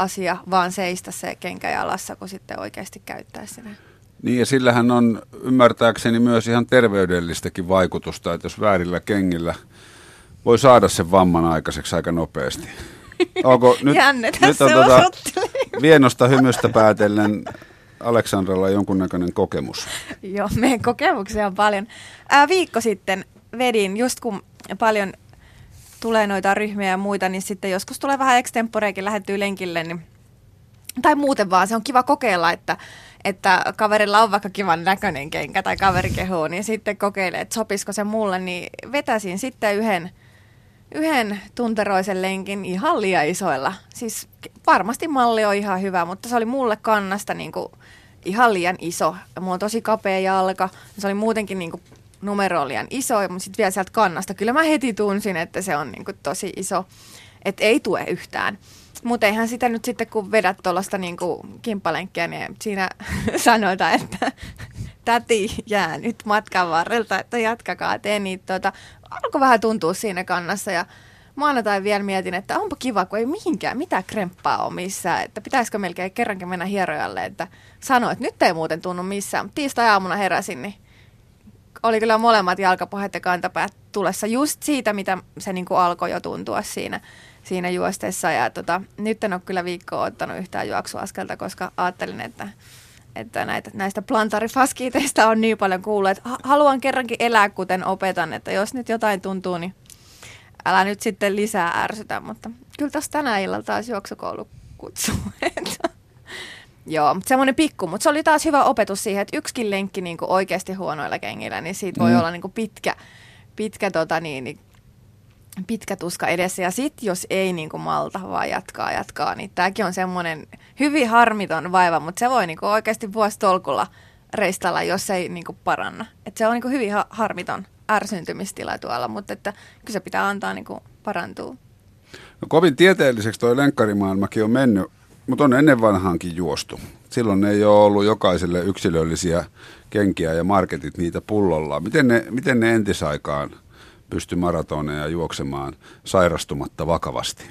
asia vaan seistä se kenkä jalassa, kun sitten oikeasti käyttää sitä. Niin ja sillähän on ymmärtääkseni myös ihan terveydellistäkin vaikutusta, että jos väärillä kengillä voi saada sen vamman aikaiseksi aika nopeasti. Onko nyt, Jänne nyt on se tuota, osoitteli. vienosta hymystä päätellen Aleksandralla jonkunnäköinen kokemus? Joo, meidän kokemuksia on paljon. Ää, viikko sitten vedin, just kun paljon tulee noita ryhmiä ja muita, niin sitten joskus tulee vähän extemporeekin lähettyy lenkille, niin, tai muuten vaan, se on kiva kokeilla, että, että kaverilla on vaikka kivan näköinen kenkä tai kaveri kehuu, niin sitten kokeilee, että sopisiko se mulle, niin vetäsin sitten yhden, yhden tunteroisen lenkin ihan liian isoilla. Siis varmasti malli on ihan hyvä, mutta se oli mulle kannasta niin kuin ihan liian iso. Ja mulla on tosi kapea jalka, se oli muutenkin niin kuin numero liian iso, mutta sitten vielä sieltä kannasta. Kyllä mä heti tunsin, että se on niin kuin tosi iso, että ei tue yhtään. Mutta eihän sitä nyt sitten, kun vedät tuollaista niin kimppalenkkiä, niin siinä sanotaan, että täti jää nyt matkan varrelta, että jatkakaa te. Niin tuota, alkoi vähän tuntua siinä kannassa ja maanantai vielä mietin, että onpa kiva, kun ei mihinkään mitään kremppaa ole missään. Että pitäisikö melkein kerrankin mennä hierojalle, että sanoi, että nyt ei muuten tunnu missään. Mutta tiistai-aamuna heräsin, niin oli kyllä molemmat jalkapohjat ja kantapäät tulessa just siitä, mitä se niin kuin alkoi jo tuntua siinä, siinä juostessa. Ja tota, nyt en ole kyllä viikkoa ottanut yhtään juoksuaskelta, koska ajattelin, että, että näitä, näistä plantarifaskiiteista on niin paljon kuullut, että haluan kerrankin elää, kuten opetan, että jos nyt jotain tuntuu, niin älä nyt sitten lisää ärsytä. Mutta kyllä tässä tänä illalla taas juoksukoulu kutsuu. Joo, semmoinen pikku, mutta se oli taas hyvä opetus siihen, että yksikin lenkki niin kuin oikeasti huonoilla kengillä, niin siitä voi mm. olla niin kuin pitkä, pitkä, tota niin, niin, pitkä tuska edessä. Ja sitten jos ei niin kuin malta, vaan jatkaa, jatkaa, niin tämäkin on semmoinen hyvin harmiton vaiva, mutta se voi niin kuin oikeasti vuositolkulla reistalla, jos ei niin kuin paranna. Et se on niin kuin hyvin ha- harmiton ärsyntymistila tuolla, mutta että kyllä se pitää antaa niin kuin parantua. No, kovin tieteelliseksi tuo lenkkarimaailmakin on mennyt. Mutta on ennen vanhaankin juostu. Silloin ei ole ollut jokaiselle yksilöllisiä kenkiä ja marketit niitä pullollaan. Miten ne, miten ne entisaikaan pysty maratoneja juoksemaan sairastumatta vakavasti?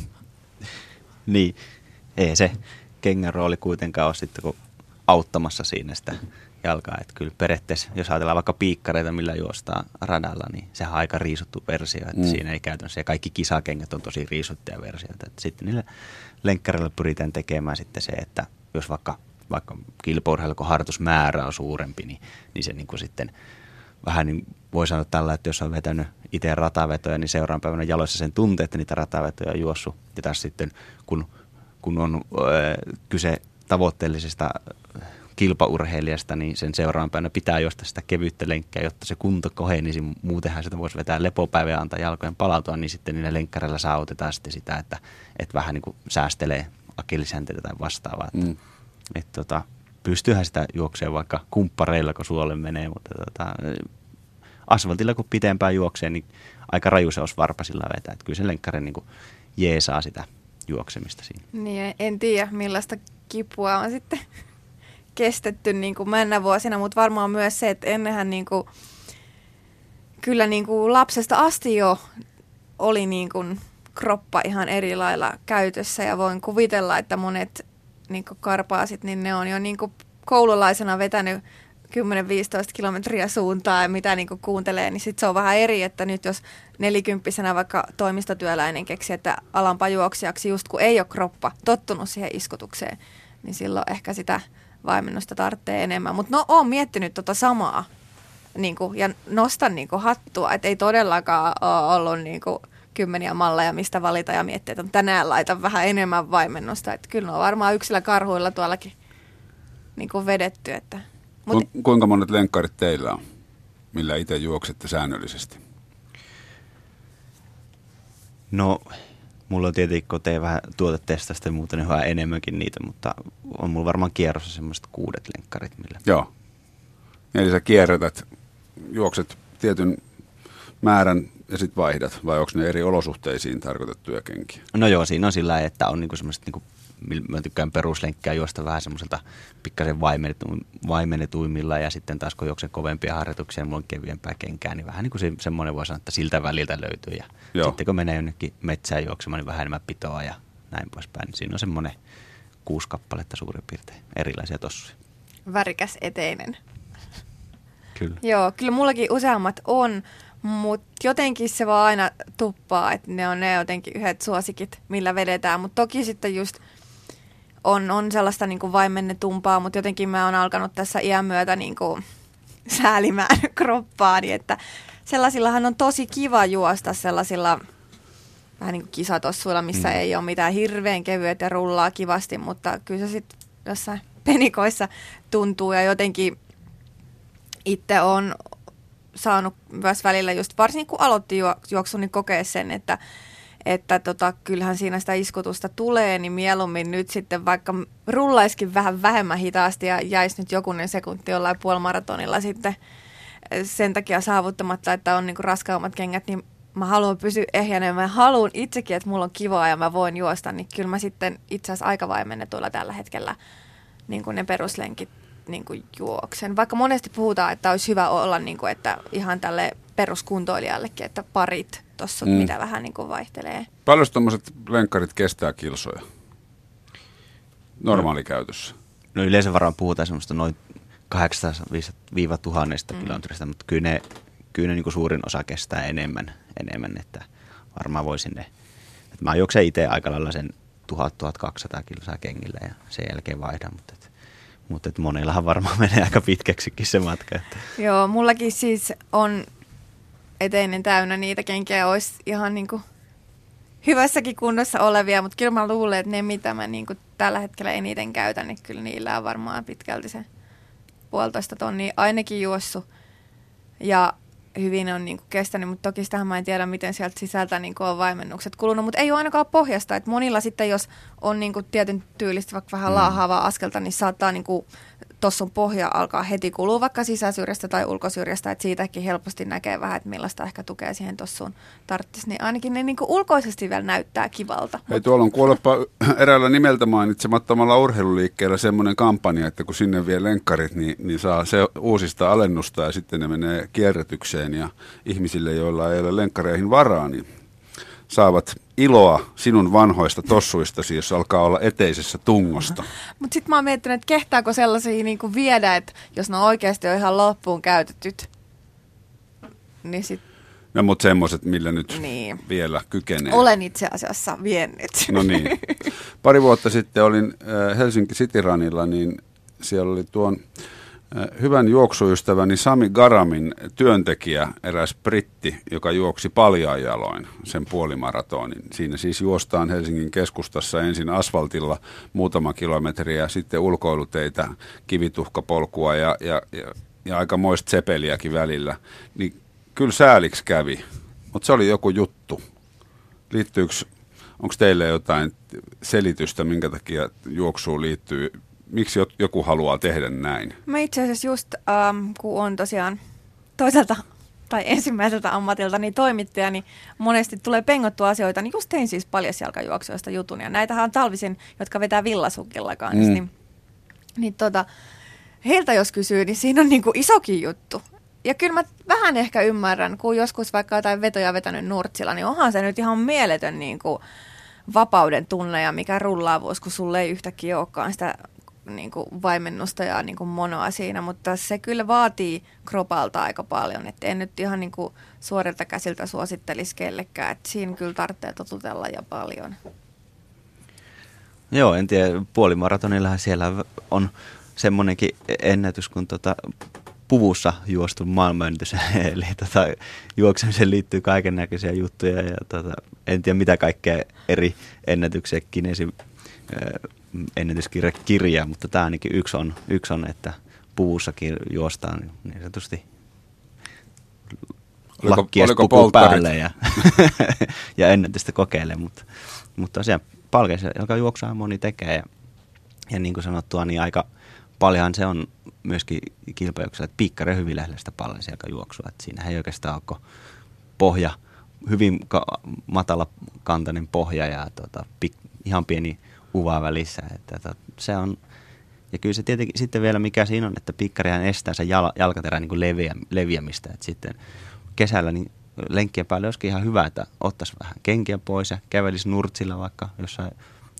Niin, ei se kengän rooli kuitenkaan ole sitten kun auttamassa siinä sitä jalkaa. Että kyllä periaatteessa, jos ajatellaan vaikka piikkareita, millä juostaa radalla, niin sehän on aika riisuttu versio. Että mm. siinä ei käytännössä, ja kaikki kisakengät on tosi riisuttuja versioita. Että sitten niillä lenkkareilla pyritään tekemään sitten se, että jos vaikka, vaikka kilpaurheilu, kun harjoitusmäärä on suurempi, niin, niin se niin kuin sitten vähän niin voi sanoa tällä, että jos on vetänyt itse ratavetoja, niin seuraavan päivänä jaloissa sen tuntee, että niitä ratavetoja on juossut. Ja taas sitten, kun, kun on öö, kyse tavoitteellisesta kilpaurheilijasta, niin sen seuraavan päivänä pitää juosta sitä kevyttä lenkkiä, jotta se kunto kohenisi. Muutenhan sitä voisi vetää lepopäivä ja antaa jalkojen palautua, niin sitten niillä lenkkareilla saavutetaan sitten sitä, että, että vähän niin kuin säästelee akillisjänteitä tai vastaavaa. Mm. Että, että, tota, pystyyhän sitä juoksemaan vaikka kumppareilla, kun suolle menee, mutta tota, asfaltilla kun pitempään juoksee, niin aika raju se olisi varpasilla vetää. Että kyllä se lenkkari niin kuin jeesaa sitä juoksemista siinä. Niin, en tiedä millaista kipua on sitten kestetty niin kuin mennä vuosina, mutta varmaan myös se, että ennenhän niin kuin, kyllä niin kuin lapsesta asti jo oli niin kuin kroppa ihan eri lailla käytössä ja voin kuvitella, että monet niin kuin karpaasit, niin ne on jo niin kuin koululaisena vetänyt kymmenen viisitoista kilometriä suuntaan ja mitä niin kuin kuuntelee, niin sitten se on vähän eri, että nyt jos nelikymppisenä vaikka toimistotyöläinen keksi, että alanpa juoksijaksi just kun ei ole kroppa tottunut siihen iskutukseen, niin silloin ehkä sitä vaimennusta tarvitsee enemmän. Mutta no, oon miettinyt tota samaa niin kuin, ja nostan niin kuin hattua, että ei todellakaan ole ollut niin kuin kymmeniä malleja, mistä valita ja miettiä, että tänään laitan vähän enemmän vaimennusta. Että kyllä on varmaan yksillä karhuilla tuollakin niin kuin vedetty. Että, mut... Ku, kuinka monet lenkkarit teillä on, millä itse juoksette säännöllisesti? No, mulla on tietenkin, kun tein vähän tuotetestasta ja muuta, niin vähän enemmänkin niitä, mutta on mulla varmaan kierrossa semmoiset kuudet lenkkarit. Millä... Joo. Eli sä kierrätät, juokset tietyn määrän ja sitten vaihdat, vai onko ne eri olosuhteisiin tarkoitettuja kenkiä? No joo, siinä on sillä lailla, että on niinku semmoiset, niinku, mä tykkään peruslenkkiä juosta vähän semmoiselta pikkasen vaimennetuimmilla ja sitten taas kun juoksen kovempia harjoituksia, niin mulla on kevyempää kenkää, niin vähän niin kuin se, semmoinen voi sanoa, että siltä väliltä löytyy. Ja joo. Sitten kun menee jonnekin metsään juoksemaan, niin vähän enemmän pitoa ja näin poispäin. Siinä on semmoinen kuusi kappaletta suurin piirtein erilaisia tossuja. Värikäs eteinen. Kyllä. Joo, kyllä mullakin useammat on, mutta jotenkin se vaan aina tuppaa, että ne on ne jotenkin yhdet suosikit, millä vedetään. Mutta toki sitten just on, on sellaista niin kuin vaimennetumpaa, mutta jotenkin mä oon alkanut tässä iän myötä niin kuin säälimään kroppaani, että sellaisillahan on tosi kiva juosta sellaisilla vähän niin kuin kisatossuilla, missä mm. ei ole mitään hirveän kevyet ja rullaa kivasti, mutta kyllä se sitten jossain penikoissa tuntuu ja jotenkin itse on saanut myös välillä just varsinkin kun aloitti juoksun, niin kokea sen, että, että tota, kyllähän siinä sitä iskutusta tulee, niin mieluummin nyt sitten vaikka rullaiskin vähän vähemmän hitaasti ja jäisi nyt jokunen sekunti jollain puolimaratonilla sitten sen takia saavuttamatta, että on niinku raskaammat kengät, niin mä haluan pysyä ehjänä ja mä haluan itsekin, että mulla on kivaa ja mä voin juosta, niin kyllä mä sitten itse asiassa aika vaimennetuilla tällä hetkellä niin kuin ne peruslenkit niin kuin juoksen. Vaikka monesti puhutaan, että olisi hyvä olla niin kuin, että ihan tälle peruskuntoilijallekin, että parit tossa, mm. mitä vähän niin kuin vaihtelee. Paljon tuommoiset lenkkarit kestää kilsoja normaalikäytössä? No yleensä varmaan puhutaan semmoista noin kahdeksansataatuhatta mm. kilometristä, mutta kyllä ne, kyllä ne niin kuin suurin osa kestää enemmän, enemmän, että varmaan voisin ne. Että mä juoksen itse aika lailla sen tuhat kaksisataa kilsaa kengillä ja sen jälkeen vaihdan, mutta et, mutta et monillahan varmaan menee aika pitkäksikin se matka. Että. Joo, mullakin siis on eteinen täynnä niitä kenkiä, olisi ihan niin kuin hyvässäkin kunnossa olevia, mutta kyllä mä luulen, että ne mitä mä niin kuin tällä hetkellä eniten käytän, niin kyllä niillä on varmaan pitkälti se puolitoista tonnia ainakin juossut ja hyvin on niin kuin kestänyt, mutta toki sitähän mä en tiedä, miten sieltä sisältä niin kuin on vaimennukset kulunut, mutta ei ole ainakaan pohjasta, että monilla sitten, jos on niin kuin tietyn tyylistä vaikka vähän laahaavaa askelta, niin saattaa niin kuin tossun pohja alkaa heti kulua vaikka sisäsyrjästä tai ulkosyrjästä, että siitäkin helposti näkee vähän, että millaista ehkä tukea siihen tossuun tarvitsisi, niin ainakin ne niin kuin ulkoisesti vielä näyttää kivalta. Hei, tuolla on kuolepa eräällä nimeltä mainitsemattomalla urheiluliikkeellä semmoinen kampanja, että kun sinne vie lenkkarit, niin, niin saa se uusista alennusta ja sitten ne menee kierrätykseen ja ihmisille, joilla ei ole lenkkareihin varaa, niin saavat iloa sinun vanhoista tossuistasi, jos alkaa olla eteisessä tungosta. Mutta sitten mä oon miettinyt, että kehtaako sellaisia niinku viedä, että jos ne oikeasti on ihan loppuun käytetyt, niin sitten. No mutta semmoiset, millä nyt niin vielä kykenee. Olen itse asiassa viennyt. No niin. Pari vuotta sitten olin Helsinki City Runilla, niin siellä oli tuon hyvän juoksuystäväni Sami Garamin työntekijä, eräs britti, joka juoksi paljain jaloin sen puolimaratonin. Siinä siis juostaan Helsingin keskustassa ensin asfaltilla muutama kilometriä ja sitten ulkoiluteitä, kivituhkapolkua ja, ja, ja, ja aika moista sepeliäkin välillä. Niin kyllä sääliksi kävi, mutta se oli joku juttu. Liittyykö, onko teille jotain selitystä, minkä takia juoksuun liittyy? Miksi joku haluaa tehdä näin? Mä itse asiassa just, ähm, kun on tosiaan toiselta tai ensimmäiseltä ammatilta niin toimittaja, niin monesti tulee pengottua asioita, niin just tein siis paljasjalkajuoksuista jutun. Ja näitähän on talvisin, jotka vetää villasukilla kanssa. Mm. Niin, niin tota, heiltä jos kysyy, niin siinä on niinku isokin juttu. Ja kyllä mä vähän ehkä ymmärrän, kun joskus vaikka jotain vetoja vetänyt nurtsilla, niin onhan se nyt ihan mieletön niinku vapauden tunne ja mikä rullaavuus, kun sulle ei yhtäkkiä olekaan sitä niin kuin vaimennusta ja niin kuin monoa siinä, mutta se kyllä vaatii kropalta aika paljon, että en nyt ihan niin kuin suorilta käsiltä suosittelisi kellekään, että siinä kyllä tarvitsee totutella ja paljon. Joo, en tiedä, puolimaratonillahan siellä on semmoinenkin ennätys, kun tota puvussa juostu maailmanennätys, eli tota, juoksemiseen liittyy kaiken näköisiä juttuja ja tota, en tiedä mitä kaikkea eri ennätyksiä Guinnessin ennätyskirja, mutta tämä ainakin yksi on, yksi on, että puvussakin juostaan niin sanotusti lakki ja puku päälle ja, ja ennätystä kokeilee, mutta, mutta tosiaan palkeissa, joka juoksaa moni tekee ja, ja niin kuin sanottua, niin aika paljonhan se on myöskin kilpajuoksella, että piikkari hyvin lähellä sitä palkeisijalkajuoksua, että siinähän ei oikeastaan ole pohja, hyvin ka- matala kantainen pohja ja tota, pik, ihan pieni uvaa välissä, että, että se on, ja kyllä se tietenkin sitten vielä mikä siinä on, että piikkarihan estää sen jal, jalkaterän niin kuin leviä, leviämistä, että sitten kesällä niin lenkkien päälle olisikin ihan hyvä, että ottaisi vähän kenkiä pois ja kävelisi nurtsilla vaikka jossain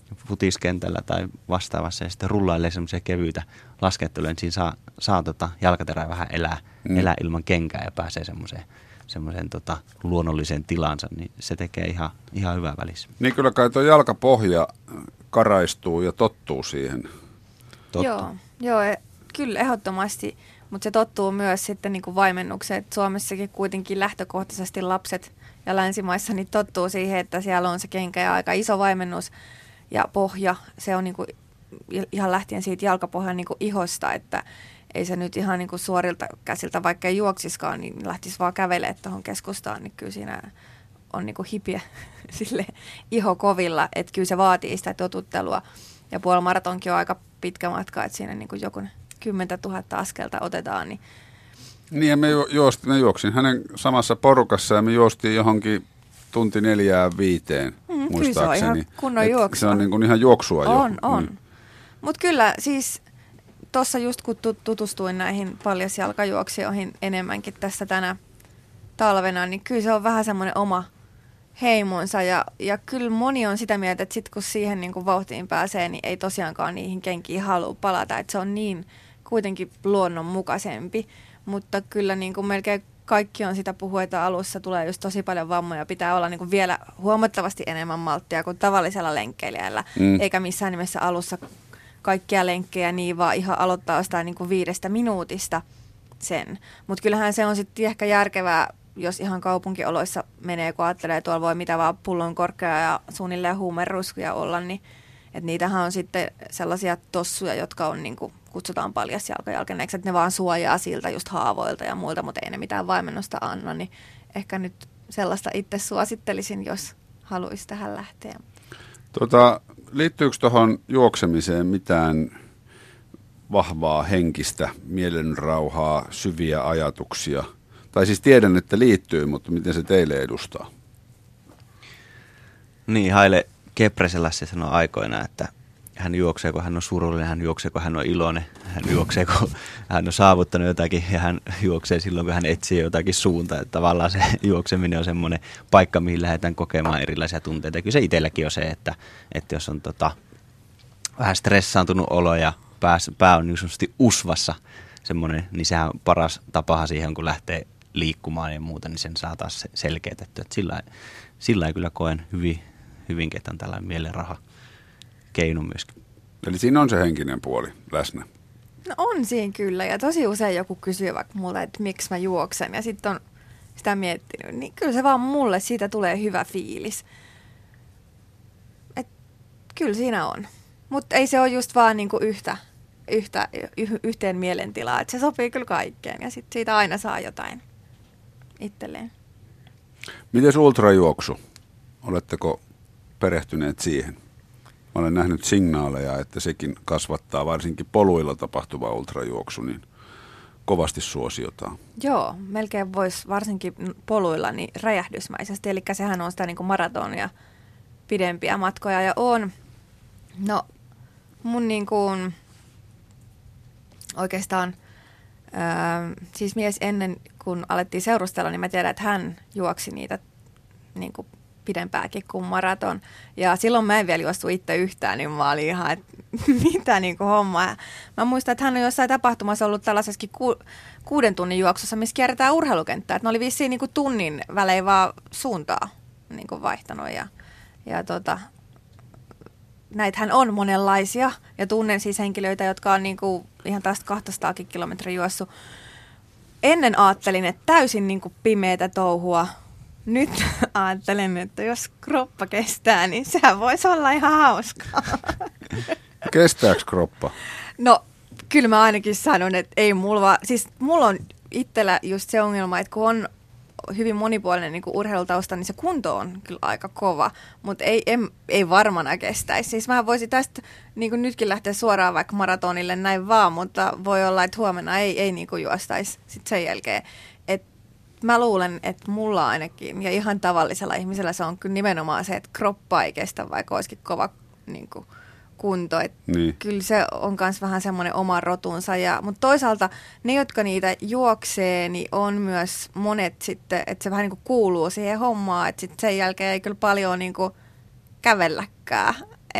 futiskentällä tai vastaavassa ja sitten rullailee semmoisia kevyitä lasketteluja, niin siinä saa, saa tota jalkaterää vähän elää, mm. elää ilman kenkää ja pääsee semmoiseen semmoisen tota, luonnolliseen tilansa, niin se tekee ihan, ihan hyvää välissä. Niin kyllä kai tuo jalkapohja karaistuu ja tottuu siihen. Tottuu. Joo, joo e- kyllä ehdottomasti, mutta se tottuu myös sitten niin kuin vaimennukseen. Suomessakin kuitenkin lähtökohtaisesti lapset ja länsimaissa niin tottuu siihen, että siellä on se kenkä ja aika iso vaimennus ja pohja. Se on niin kuin ihan lähtien siitä jalkapohjan niin kuin ihosta, että ei se nyt ihan niin kuin suorilta käsiltä, vaikka ei juoksiskaan, niin lähtisi vaan kävelemään tuohon keskustaan, niin kyllä siinä on niin kuin hipiä sille iho kovilla, että kyllä se vaatii sitä totuttelua. Ja puolimaratonkin on aika pitkä matka, että siinä niin kuin joku kymmentä tuhatta askelta otetaan. Niin, niin ja me, juosti, me juoksin hänen samassa porukassa ja me juostiin johonkin tunti neljään viiteen, mm, muistaakseni. Kyllä se on ihan kunnon juoksua. Se on niin kuin ihan juoksua jo. On, on. Mm. Mutta kyllä siis tuossa just kun tutustuin näihin paljasjalkajuoksijoihin enemmänkin tässä tänä talvena, niin kyllä se on vähän semmoinen oma heimonsa. Ja, ja kyllä moni on sitä mieltä, että sitten kun siihen niin kun vauhtiin pääsee, niin ei tosiaankaan niihin kenkiin halua palata. Että se on niin kuitenkin luonnonmukaisempi. Mutta kyllä niin kuin melkein kaikki on sitä puhua, että alussa tulee just tosi paljon vammoja. Pitää olla niin kuin vielä huomattavasti enemmän malttia kuin tavallisella lenkkeilijällä. Mm. Eikä missään nimessä alussa kaikkia lenkkejä niin, vaan ihan aloittaa sitä niin kuin viidestä minuutista sen. Mutta kyllähän se on sitten ehkä järkevää, jos ihan kaupunkioloissa menee, kun ajattelee, että tuolla voi mitä vaan pullon korkea ja suunnilleen huumeruskuja olla, niin että niitähän on sitten sellaisia tossuja, jotka on niin kuin kutsutaan paljasjalkajalkaneeksi, että ne vaan suojaa siltä just haavoilta ja muilta, mutta ei ne mitään vaimennusta anna, niin ehkä nyt sellaista itse suosittelisin, jos haluaisi tähän lähteä. Tota, liittyykö tuohon juoksemiseen mitään vahvaa henkistä mielenrauhaa, syviä ajatuksia? Tai siis tiedän, että liittyy, mutta miten se teille edustaa? Niin, Haile Gebrselassie sanoi aikoinaan, että hän juoksee, kun hän on surullinen, hän juoksee, kun hän on iloinen, hän juoksee, kun hän on saavuttanut jotakin ja hän juoksee silloin, kun hän etsii jotakin suuntaa. Että tavallaan se juokseminen on semmoinen paikka, mihin lähdetään kokemaan erilaisia tunteita. Ja kyllä se itselläkin on se, että, että jos on tota, vähän stressaantunut olo ja pää, pää on niin sanotusti usvassa semmoinen, niin sehän on paras tapahan siihen, kun lähtee liikkumaan ja muuta, niin sen saa taas selkeytettyä. Sillä, sillä ei kyllä koen hyvin, hyvin ketään tällainen mielenraha keino myöskin. Eli siinä on se henkinen puoli läsnä. No on siinä kyllä, ja tosi usein joku kysyy vaikka mulle, että miksi mä juoksen, ja sitten on sitä miettinyt, niin kyllä se vaan mulle, siitä tulee hyvä fiilis. Et kyllä siinä on. Mutta ei se ole just vaan niinku yhtä, yhtä, y- yhteen mielentilaa, että se sopii kyllä kaikkeen, ja sitten siitä aina saa jotain itselleen. Mites ultrajuoksu? Oletteko perehtyneet siihen? Mä olen nähnyt signaaleja, että sekin kasvattaa, varsinkin poluilla tapahtuva ultrajuoksu, niin kovasti suosiotaan. Joo, melkein voisi varsinkin poluilla niin räjähdysmäisesti, eli sehän on sitä niin kuin maratonia pidempiä matkoja ja on. No mun niin kuin oikeastaan ää, siis mies ennen kun alettiin seurustella, niin mä tiedän, että hän juoksi niitä niin kuin pidempääkin kuin maraton. Ja silloin mä en vielä juostu itse yhtään, niin mä olin ihan, että mitä niin kuin hommaa. Mä muistan, että hän on jossain tapahtumassa ollut tällaisessakin ku, kuuden tunnin juoksussa, missä kierretään urheilukenttää. Että ne oli vissiin niin kuin tunnin välein vaan suuntaa niin kuin vaihtanut. Ja, ja tota, näitähän on monenlaisia. Ja tunnen siis henkilöitä, jotka on niin kuin ihan tästä kaksisataa kilometriä juossut. Ennen ajattelin, että täysin niin kuin pimeätä touhua. Nyt ajattelen, että jos kroppa kestää, niin sehän voisi olla ihan hauskaa. Kestääkö kroppa? No, kyllä mä ainakin sanon, että ei mulla vaan, siis mulla on itsellä just se ongelma, että kun on hyvin monipuolinen niin kuin urheilutausta, niin se kunto on kyllä aika kova, mutta ei, ei, ei varmana kestäisi. Siis mä voisin tästä niin kuin nytkin lähteä suoraan vaikka maratonille näin vaan, mutta voi olla, että huomenna ei, ei niin kuin juostaisi sitten sen jälkeen. Mä luulen, että mulla ainakin, ja ihan tavallisella ihmisellä se on kyllä nimenomaan se, että kroppa ei kestä, vaikka olisikin kova niin kuin, kunto. Et niin. Kyllä se on myös vähän semmoinen oma rotunsa. Ja, mutta toisaalta ne, jotka niitä juoksee, niin on myös monet sitten, että se vähän niin kuin kuuluu siihen hommaan, että sitten sen jälkeen ei kyllä paljon niin kuin kävelläkään. Et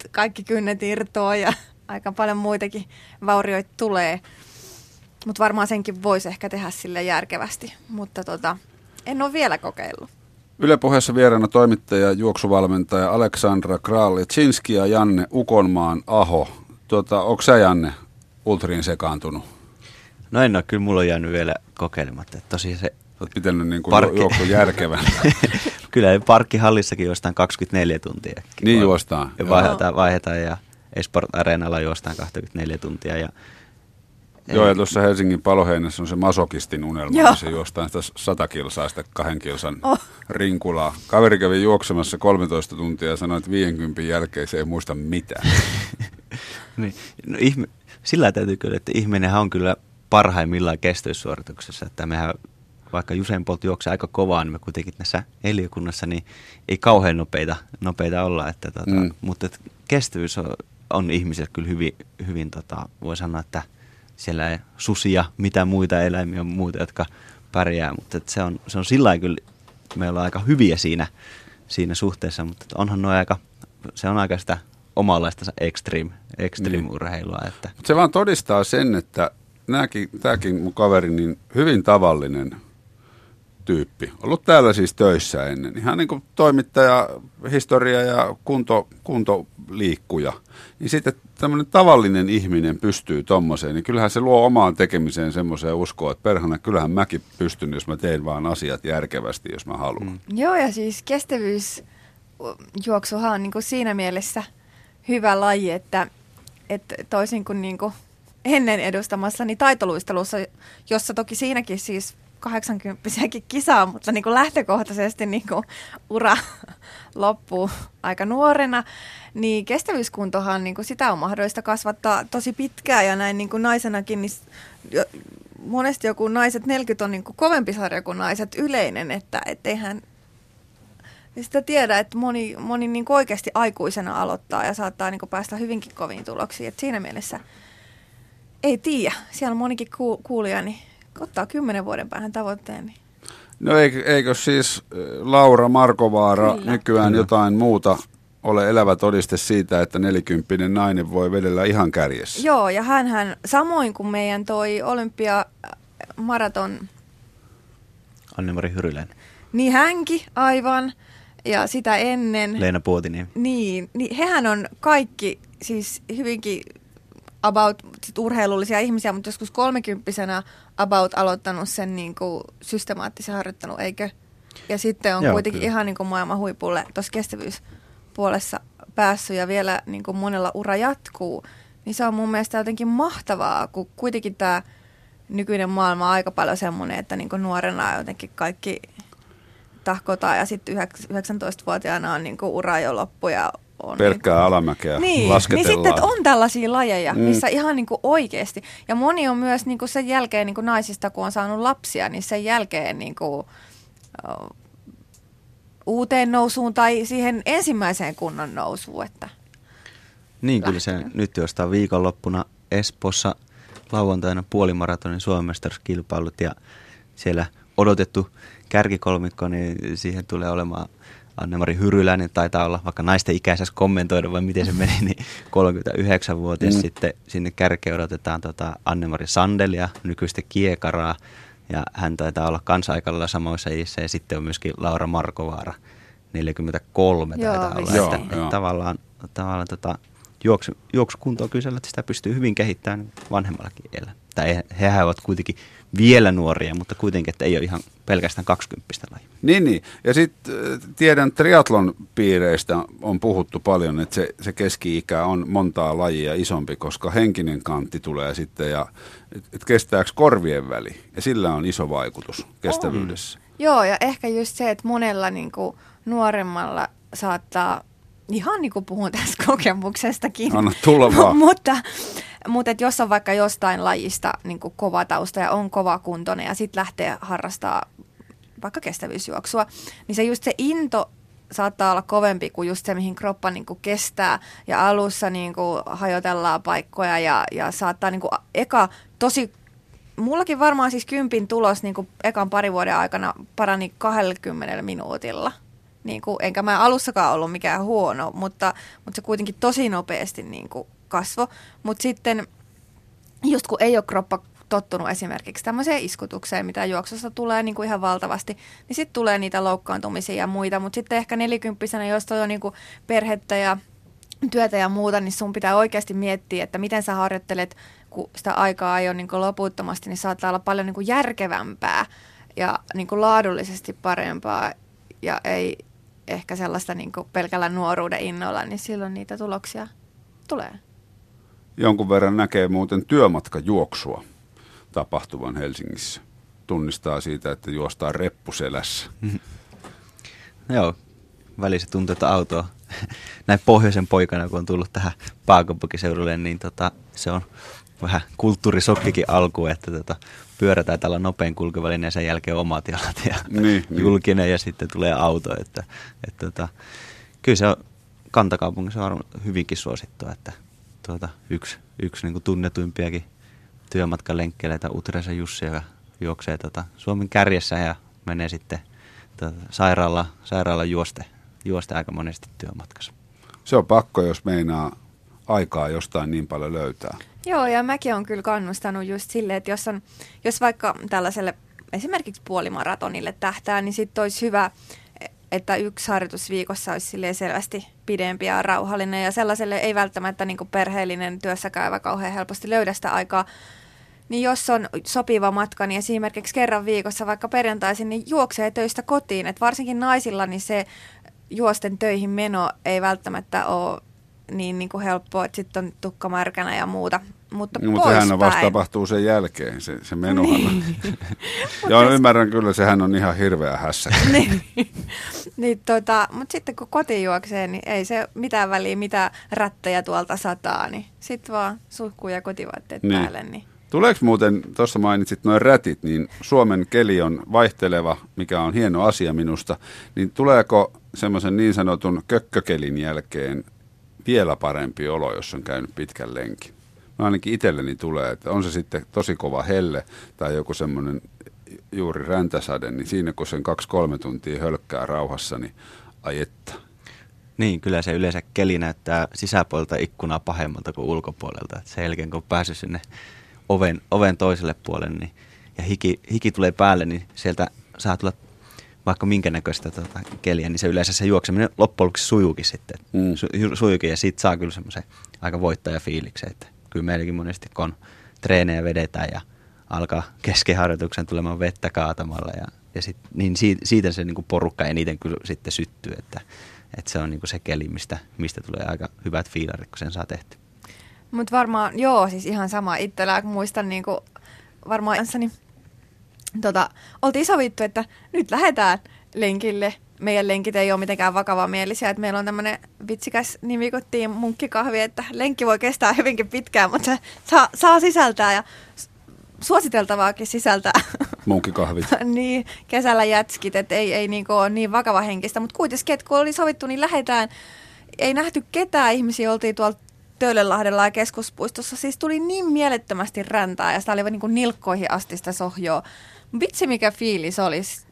kaikki kynnet irtoaa ja aika paljon muitakin vaurioita tulee. Mutta varmaan senkin voisi ehkä tehdä sille järkevästi, mutta tota, en ole vielä kokeillut. Yle Puheessa vieraana toimittaja, juoksuvalmentaja Aleksandra Kraal-Letsinski ja Janne Ukonmaan Aho. Tuota, onko sä, Janne, ultriin sekaantunut? No en ole, kyllä mulla on jäänyt vielä kokeilematta. Että tosiaan se olet pitänyt niin kuin parkki... juoksun järkevän. Kyllä parkkihallissakin juostaan kaksikymmentäneljä tuntia. Niin juostaan. Ja vaihdetaan, vaihdetaan ja Esport Areenalla juostaan kaksikymmentäneljä tuntia. Ja joo, ja tuossa Helsingin Paloheinässä on se masokistin unelma, joo. Se juostaan sitä sata kilsaa, sitä kahden kilsan oh. rinkulaa. Kaveri kävi juoksemassa kolmetoista tuntia ja sanoi, että viidenkymmenen jälkeen se ei muista mitään. niin. No, ihme, sillä täytyy kyllä, että ihminenhän on kyllä parhaimmillaan kestävyyssuorituksessa, että mehän vaikka Usain Bolt juoksee aika kovaa, niin me kuitenkin näissä eliökunnassa niin ei kauhean nopeita, nopeita olla, että, tota, mm. mutta että kestävyys on, on ihmisille kyllä hyvin, hyvin tota, voi sanoa, että siellä ei susia, mitä muita eläimiä on muita, jotka pärjää, mutta se on, se on sillä lailla kyllä, meillä on aika hyviä siinä, siinä suhteessa, mutta onhan noin aika, se on aika sitä omanlaista extreme, extreme-urheilua. Niin. Että. Se vaan todistaa sen, että nämäkin, tämäkin mun kaveri, niin hyvin tavallinen tyyppi. Ollut täällä siis töissä ennen. Ihan niin kuin toimittaja, historia ja kunto, kuntoliikkuja. Niin sitten tämmöinen tavallinen ihminen pystyy tommoseen, niin kyllähän se luo omaan tekemiseen semmoiseen uskoon, että perhana, kyllähän mäkin pystyn, jos mä teen vaan asiat järkevästi, jos mä haluan. Mm. Joo, ja siis kestävyysjuoksuhan on niin kuin siinä mielessä hyvä laji, että, että toisin kuin, niin kuin ennen edustamassani taitoluistelussa, jossa toki siinäkin siis kahdeksankymppisiäkin kisaa, mutta niin kuin lähtökohtaisesti niin kuin ura loppuu aika nuorena, niin kestävyyskuntohan niin kuin sitä on mahdollista kasvattaa tosi pitkään ja näin niin kuin naisenakin, niin monesti joku naiset neljäkymmentä on niin kuin kovempi sarja kuin naiset yleinen, että eihän sitä tiedä, että moni, moni niin kuin oikeasti aikuisena aloittaa ja saattaa niin kuin päästä hyvinkin koviin tuloksiin, että siinä mielessä ei tiedä, siellä monikin ku, kuulija, niin ottaa kymmenen vuoden päähän tavoitteen. Niin. No eikö, eikö siis Laura Markovaara Kyllä. nykyään Kyllä. jotain muuta ole elävä todiste siitä, että nelikymppinen nainen voi vedellä ihan kärjessä? Joo, ja hänhän samoin kuin meidän toi olympiamaraton. Anne-Mari Hyryläinen. Niin hänkin aivan, ja sitä ennen. Leena Puotiniemi. Niin, niin hehän on kaikki siis hyvinkin about sit urheilullisia ihmisiä, mutta joskus kolmekymppisenä about aloittanut sen niin kuin systemaattisen harjoittelun, eikö? Ja sitten on Joo, kuitenkin kyllä. ihan niin kuin maailman huipulle tuossa kestävyyspuolessa päässyt ja vielä niin kuin monella ura jatkuu. Niin se on mun mielestä jotenkin mahtavaa, kun kuitenkin tämä nykyinen maailma on aika paljon semmoinen, että niin kuin nuorena jotenkin kaikki tahkotaan ja sitten yhdeksäntoistavuotiaana on niin kuin ura jo loppu ja on pelkkää niin alamäkeä niin, lasketellaan. Niin sitten, on tällaisia lajeja, mm. missä ihan niin kuin oikeasti. Ja moni on myös niin kuin sen jälkeen niin kuin naisista, kun on saanut lapsia, niin sen jälkeen niin kuin, uh, uuteen nousuun tai siihen ensimmäiseen kunnon nousuun. Että niin, kyllä se nyt jostain viikonloppuna Espoossa lauantaina puolimaratonin Suomen mestaruuskilpailut ja siellä odotettu kärkikolmikko, niin siihen tulee olemaan Anne-Mari Hyryläinen, taitaa olla vaikka naisten ikäisessä kommentoida, vai miten se meni, niin kolmekymmentäyhdeksänvuotias. Mm. Sitten sinne kärkeen odotetaan tota Anne-Mari Sandelia, nykyistä kiekaraa, ja hän taitaa olla kansa-aikalla samoissa iissä, ja sitten on myöskin Laura Markovaara, neljäkymmentäkolme Joo, taitaa olla. Joo, että, joo. että tavallaan, tavallaan tota, juoksu, juoksukunto on kyllä, että sitä pystyy hyvin kehittämään vanhemmallakin iällä. Tai hehän ovat kuitenkin vielä nuoria, mutta kuitenkin, että ei ole ihan pelkästään kaksikymppistä lajia. Niin, niin. Ja sitten tiedän, triathlon piireistä on puhuttu paljon, että se, se keski-ikä on montaa lajia isompi, koska henkinen kantti tulee sitten ja et, et kestääkö korvien väli. Ja sillä on iso vaikutus kestävyydessä. On. Joo, ja ehkä just se, että monella niin kuin nuoremmalla saattaa, ihan niin kuin puhun tässä kokemuksestakin. Anna tulla vaan. mutta mutta et jos on vaikka jostain lajista niin kuin kova tausta ja on kova kuntoinen ja sitten lähtee harrastaa vaikka kestävyysjuoksua, niin se just se into saattaa olla kovempi kuin just se, mihin kroppa niin kuin kestää. Ja alussa niin kuin hajotellaan paikkoja ja, ja saattaa niin kuin eka tosi, mullakin varmaan siis kympin tulos niin kuin ekan parin vuoden aikana parani kaksikymmentä minuutilla. Niin kuin, enkä mä alussakaan ollut mikään huono, mutta, mutta se kuitenkin tosi nopeasti niin kuin kasvoi. Mutta sitten just kun ei ole kroppa tottunut esimerkiksi tämmöiseen iskutukseen, mitä juoksussa tulee niin kuin ihan valtavasti, niin sitten tulee niitä loukkaantumisia ja muita. Mutta sitten ehkä nelikymppisenä, jos toi on niin kuin perhettä ja työtä ja muuta, niin sun pitää oikeasti miettiä, että miten sä harjoittelet, kun sitä aikaa ei ole niin kuin loputtomasti, niin saattaa olla paljon niin kuin järkevämpää ja niin kuin laadullisesti parempaa ja ei ehkä sellaista niin kuin pelkällä nuoruuden innolla, niin silloin niitä tuloksia tulee. Jonkun verran näkee muuten työmatkajuoksua tapahtuvan Helsingissä. Tunnistaa siitä, että juostaan reppuselässä. Mm-hmm. Joo, välissä tuntuu, että autoa näin pohjoisen poikana, kun on tullut tähän pääkaupunkiseudulle, niin tota, se on vähän kulttuurisokkikin alku, että tota, pyörätään tällä nopein kulkuväline ja sen jälkeen omat jalat ja niin, julkinen niin. Ja sitten tulee auto. Että, että, tota, kyllä se on kantakaupungissa on hyvinkin suosittua, että tuota, yksi, yksi niin kuin tunnetuimpiakin työmatkalenkkeitä Utresa Jussi, joka juoksee tota, Suomen kärjessä ja menee sitten tota, sairaala, sairaala juoste, juoste aika monesti työmatkassa. Se on pakko, jos meinaa aikaa jostain niin paljon löytää. Joo, ja mäkin olen kyllä kannustanut just silleen, että jos, on, jos vaikka tällaiselle esimerkiksi puolimaratonille tähtää, niin sitten olisi hyvä, että yksi harjoitus viikossa olisi silleen selvästi pidempi ja rauhallinen. Ja sellaiselle ei välttämättä niin kuin perheellinen työssäkäyvä kauhean helposti löydä sitä aikaa. Niin jos on sopiva matka, niin esimerkiksi kerran viikossa vaikka perjantaisin, niin juoksee töistä kotiin. Et varsinkin naisilla niin se juosten töihin meno ei välttämättä ole niin, niin kuin helppoa, että sitten on tukka märkänä ja muuta. Mutta no, mutta sehän on vasta tapahtuu sen jälkeen, se, se menohan. Niin. Joo, ymmärrän kyllä, sehän on ihan hirveä hässäkkä. niin, niin, tota, mutta sitten kun kotiin juoksee, niin ei se mitään väliä, mitä rättejä tuolta sataa, niin sitten vaan suhkuu ja kotivaatteet niin. päälle. Niin. Tuleeko muuten, tuossa mainitsit nuo rätit, niin Suomen keli on vaihteleva, mikä on hieno asia minusta, niin tuleeko semmoisen niin sanotun kökkökelin jälkeen vielä parempi olo, jos on käynyt pitkän lenkin? No ainakin itselleni tulee, että on se sitten tosi kova helle tai joku semmoinen juuri räntäsade, niin siinä kun sen kaksi-kolme tuntia hölkkää rauhassa, niin ai että. Niin, kyllä se yleensä keli näyttää sisäpuolelta ikkunaa pahemmalta kuin ulkopuolelta. Et sen jälkeen kun on päässyt sinne oven, oven toiselle puolelle niin, ja hiki, hiki tulee päälle, niin sieltä saa tulla vaikka minkä näköistä tuota keliä, niin se yleensä se juokseminen loppujen lopuksi sujuukin sitten. Mm. Su, sujuukin ja siitä saa kyllä semmoisen aika voittajafiiliksen, että kyllä meilläkin monesti kun treenejä vedetään ja alkaa keskenharjoituksen tulemaan vettä kaatamalla ja, ja sit, niin siitä, siitä se niin kuin porukka eniten kyllä sitten syttyy, että, että se on niin kuin se keli, mistä, mistä tulee aika hyvät fiilarit, kun sen saa tehty. Mutta varmaan, joo, siis ihan sama itsellä, kun muistan niin kuin varmaan kanssani, tota, oltiin sovittu, että nyt lähdetään lenkille. Meidän lenkit ei ole mitenkään vakavamielisiä, että meillä on tämmöinen vitsikäs nimi kuin Team Munkkikahvi, että lenkki voi kestää hyvinkin pitkään, mutta se saa, saa sisältää ja suositeltavaakin sisältää. Munkkikahvit. niin, kesällä jätskit, että ei, ei niin ole niin vakava henkistä, mutta kuitenkin, että kun oli sovittu, niin lähdetään. Ei nähty ketään, ihmisiä oltiin tuolla Töölönlahdella ja keskuspuistossa, siis tuli niin mielettömästi räntää ja sitä oli niin kuin nilkkoihin asti sitä sohjoa. Vitsi mikä fiilis olisi.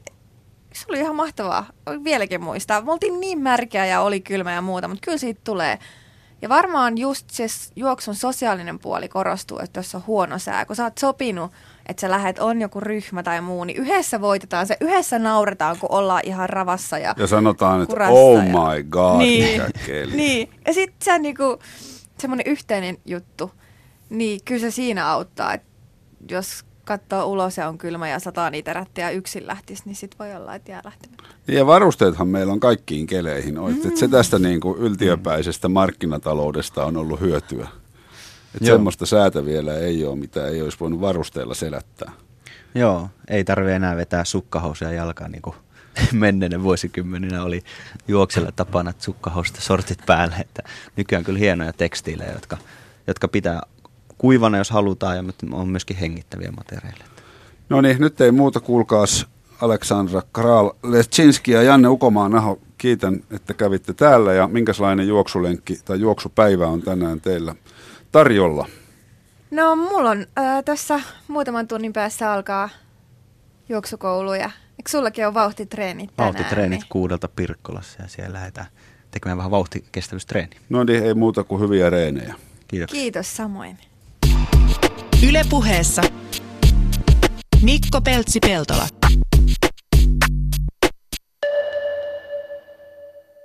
Se oli ihan mahtavaa. Vieläkin muistaa. Me oltiin niin märkiä ja oli kylmä ja muuta, mutta kyllä siitä tulee. Ja varmaan just se juoksun sosiaalinen puoli korostuu, että jos on huono sää, kun sä oot sopinut, että sä lähet, on joku ryhmä tai muu, niin yhdessä voitetaan se, yhdessä nauretaan, kun ollaan ihan ravassa ja Ja sanotaan, että oh ja... my god, niin, mikä keli. Niin, ja sitten se niinku, semmoinen yhteinen juttu, niin kyllä se siinä auttaa, että jos katsoo ulos ja on kylmä ja sataa niitä rättejä yksin lähtisi, niin sit voi olla, että jää lähtemään. Ja varusteethan meillä on kaikkiin keleihin. Mm. Se tästä niin kuin yltiöpäisestä markkinataloudesta on ollut hyötyä. Että semmoista säätä vielä ei ole, mitä ei olisi voinut varusteella selättää. Joo, ei tarvitse enää vetää sukkahousuja jalkaan, niin kuin menneinen vuosikymmeninä oli juoksella tapana sukkahoususta sortit päälle. Että nykyään kyllä hienoja tekstiilejä, jotka, jotka pitää kuivana, jos halutaan, ja on myöskin hengittäviä materiaaleja. No niin, nyt ei muuta, kuulkaas Aleksandra Kral-Leschinski ja Janne Ukomaa-Naho. Kiitän, että kävitte täällä, ja minkälainen juoksulenkki tai juoksupäivä on tänään teillä tarjolla? No mulla on äh, tässä muutaman tunnin päässä alkaa juoksukoulu, ja, Eikö sullakin ole vauhtitreenit tänään? Vauhtitreenit niin? kuudelta Pirkkolassa ja siellä lähdetään tekemään vähän vauhtikestävyystreeniä. No niin, ei muuta kuin hyviä reenejä. Kiitoksia. Kiitos samoin. Yle Puheessa Mikko Peltsi-Peltola.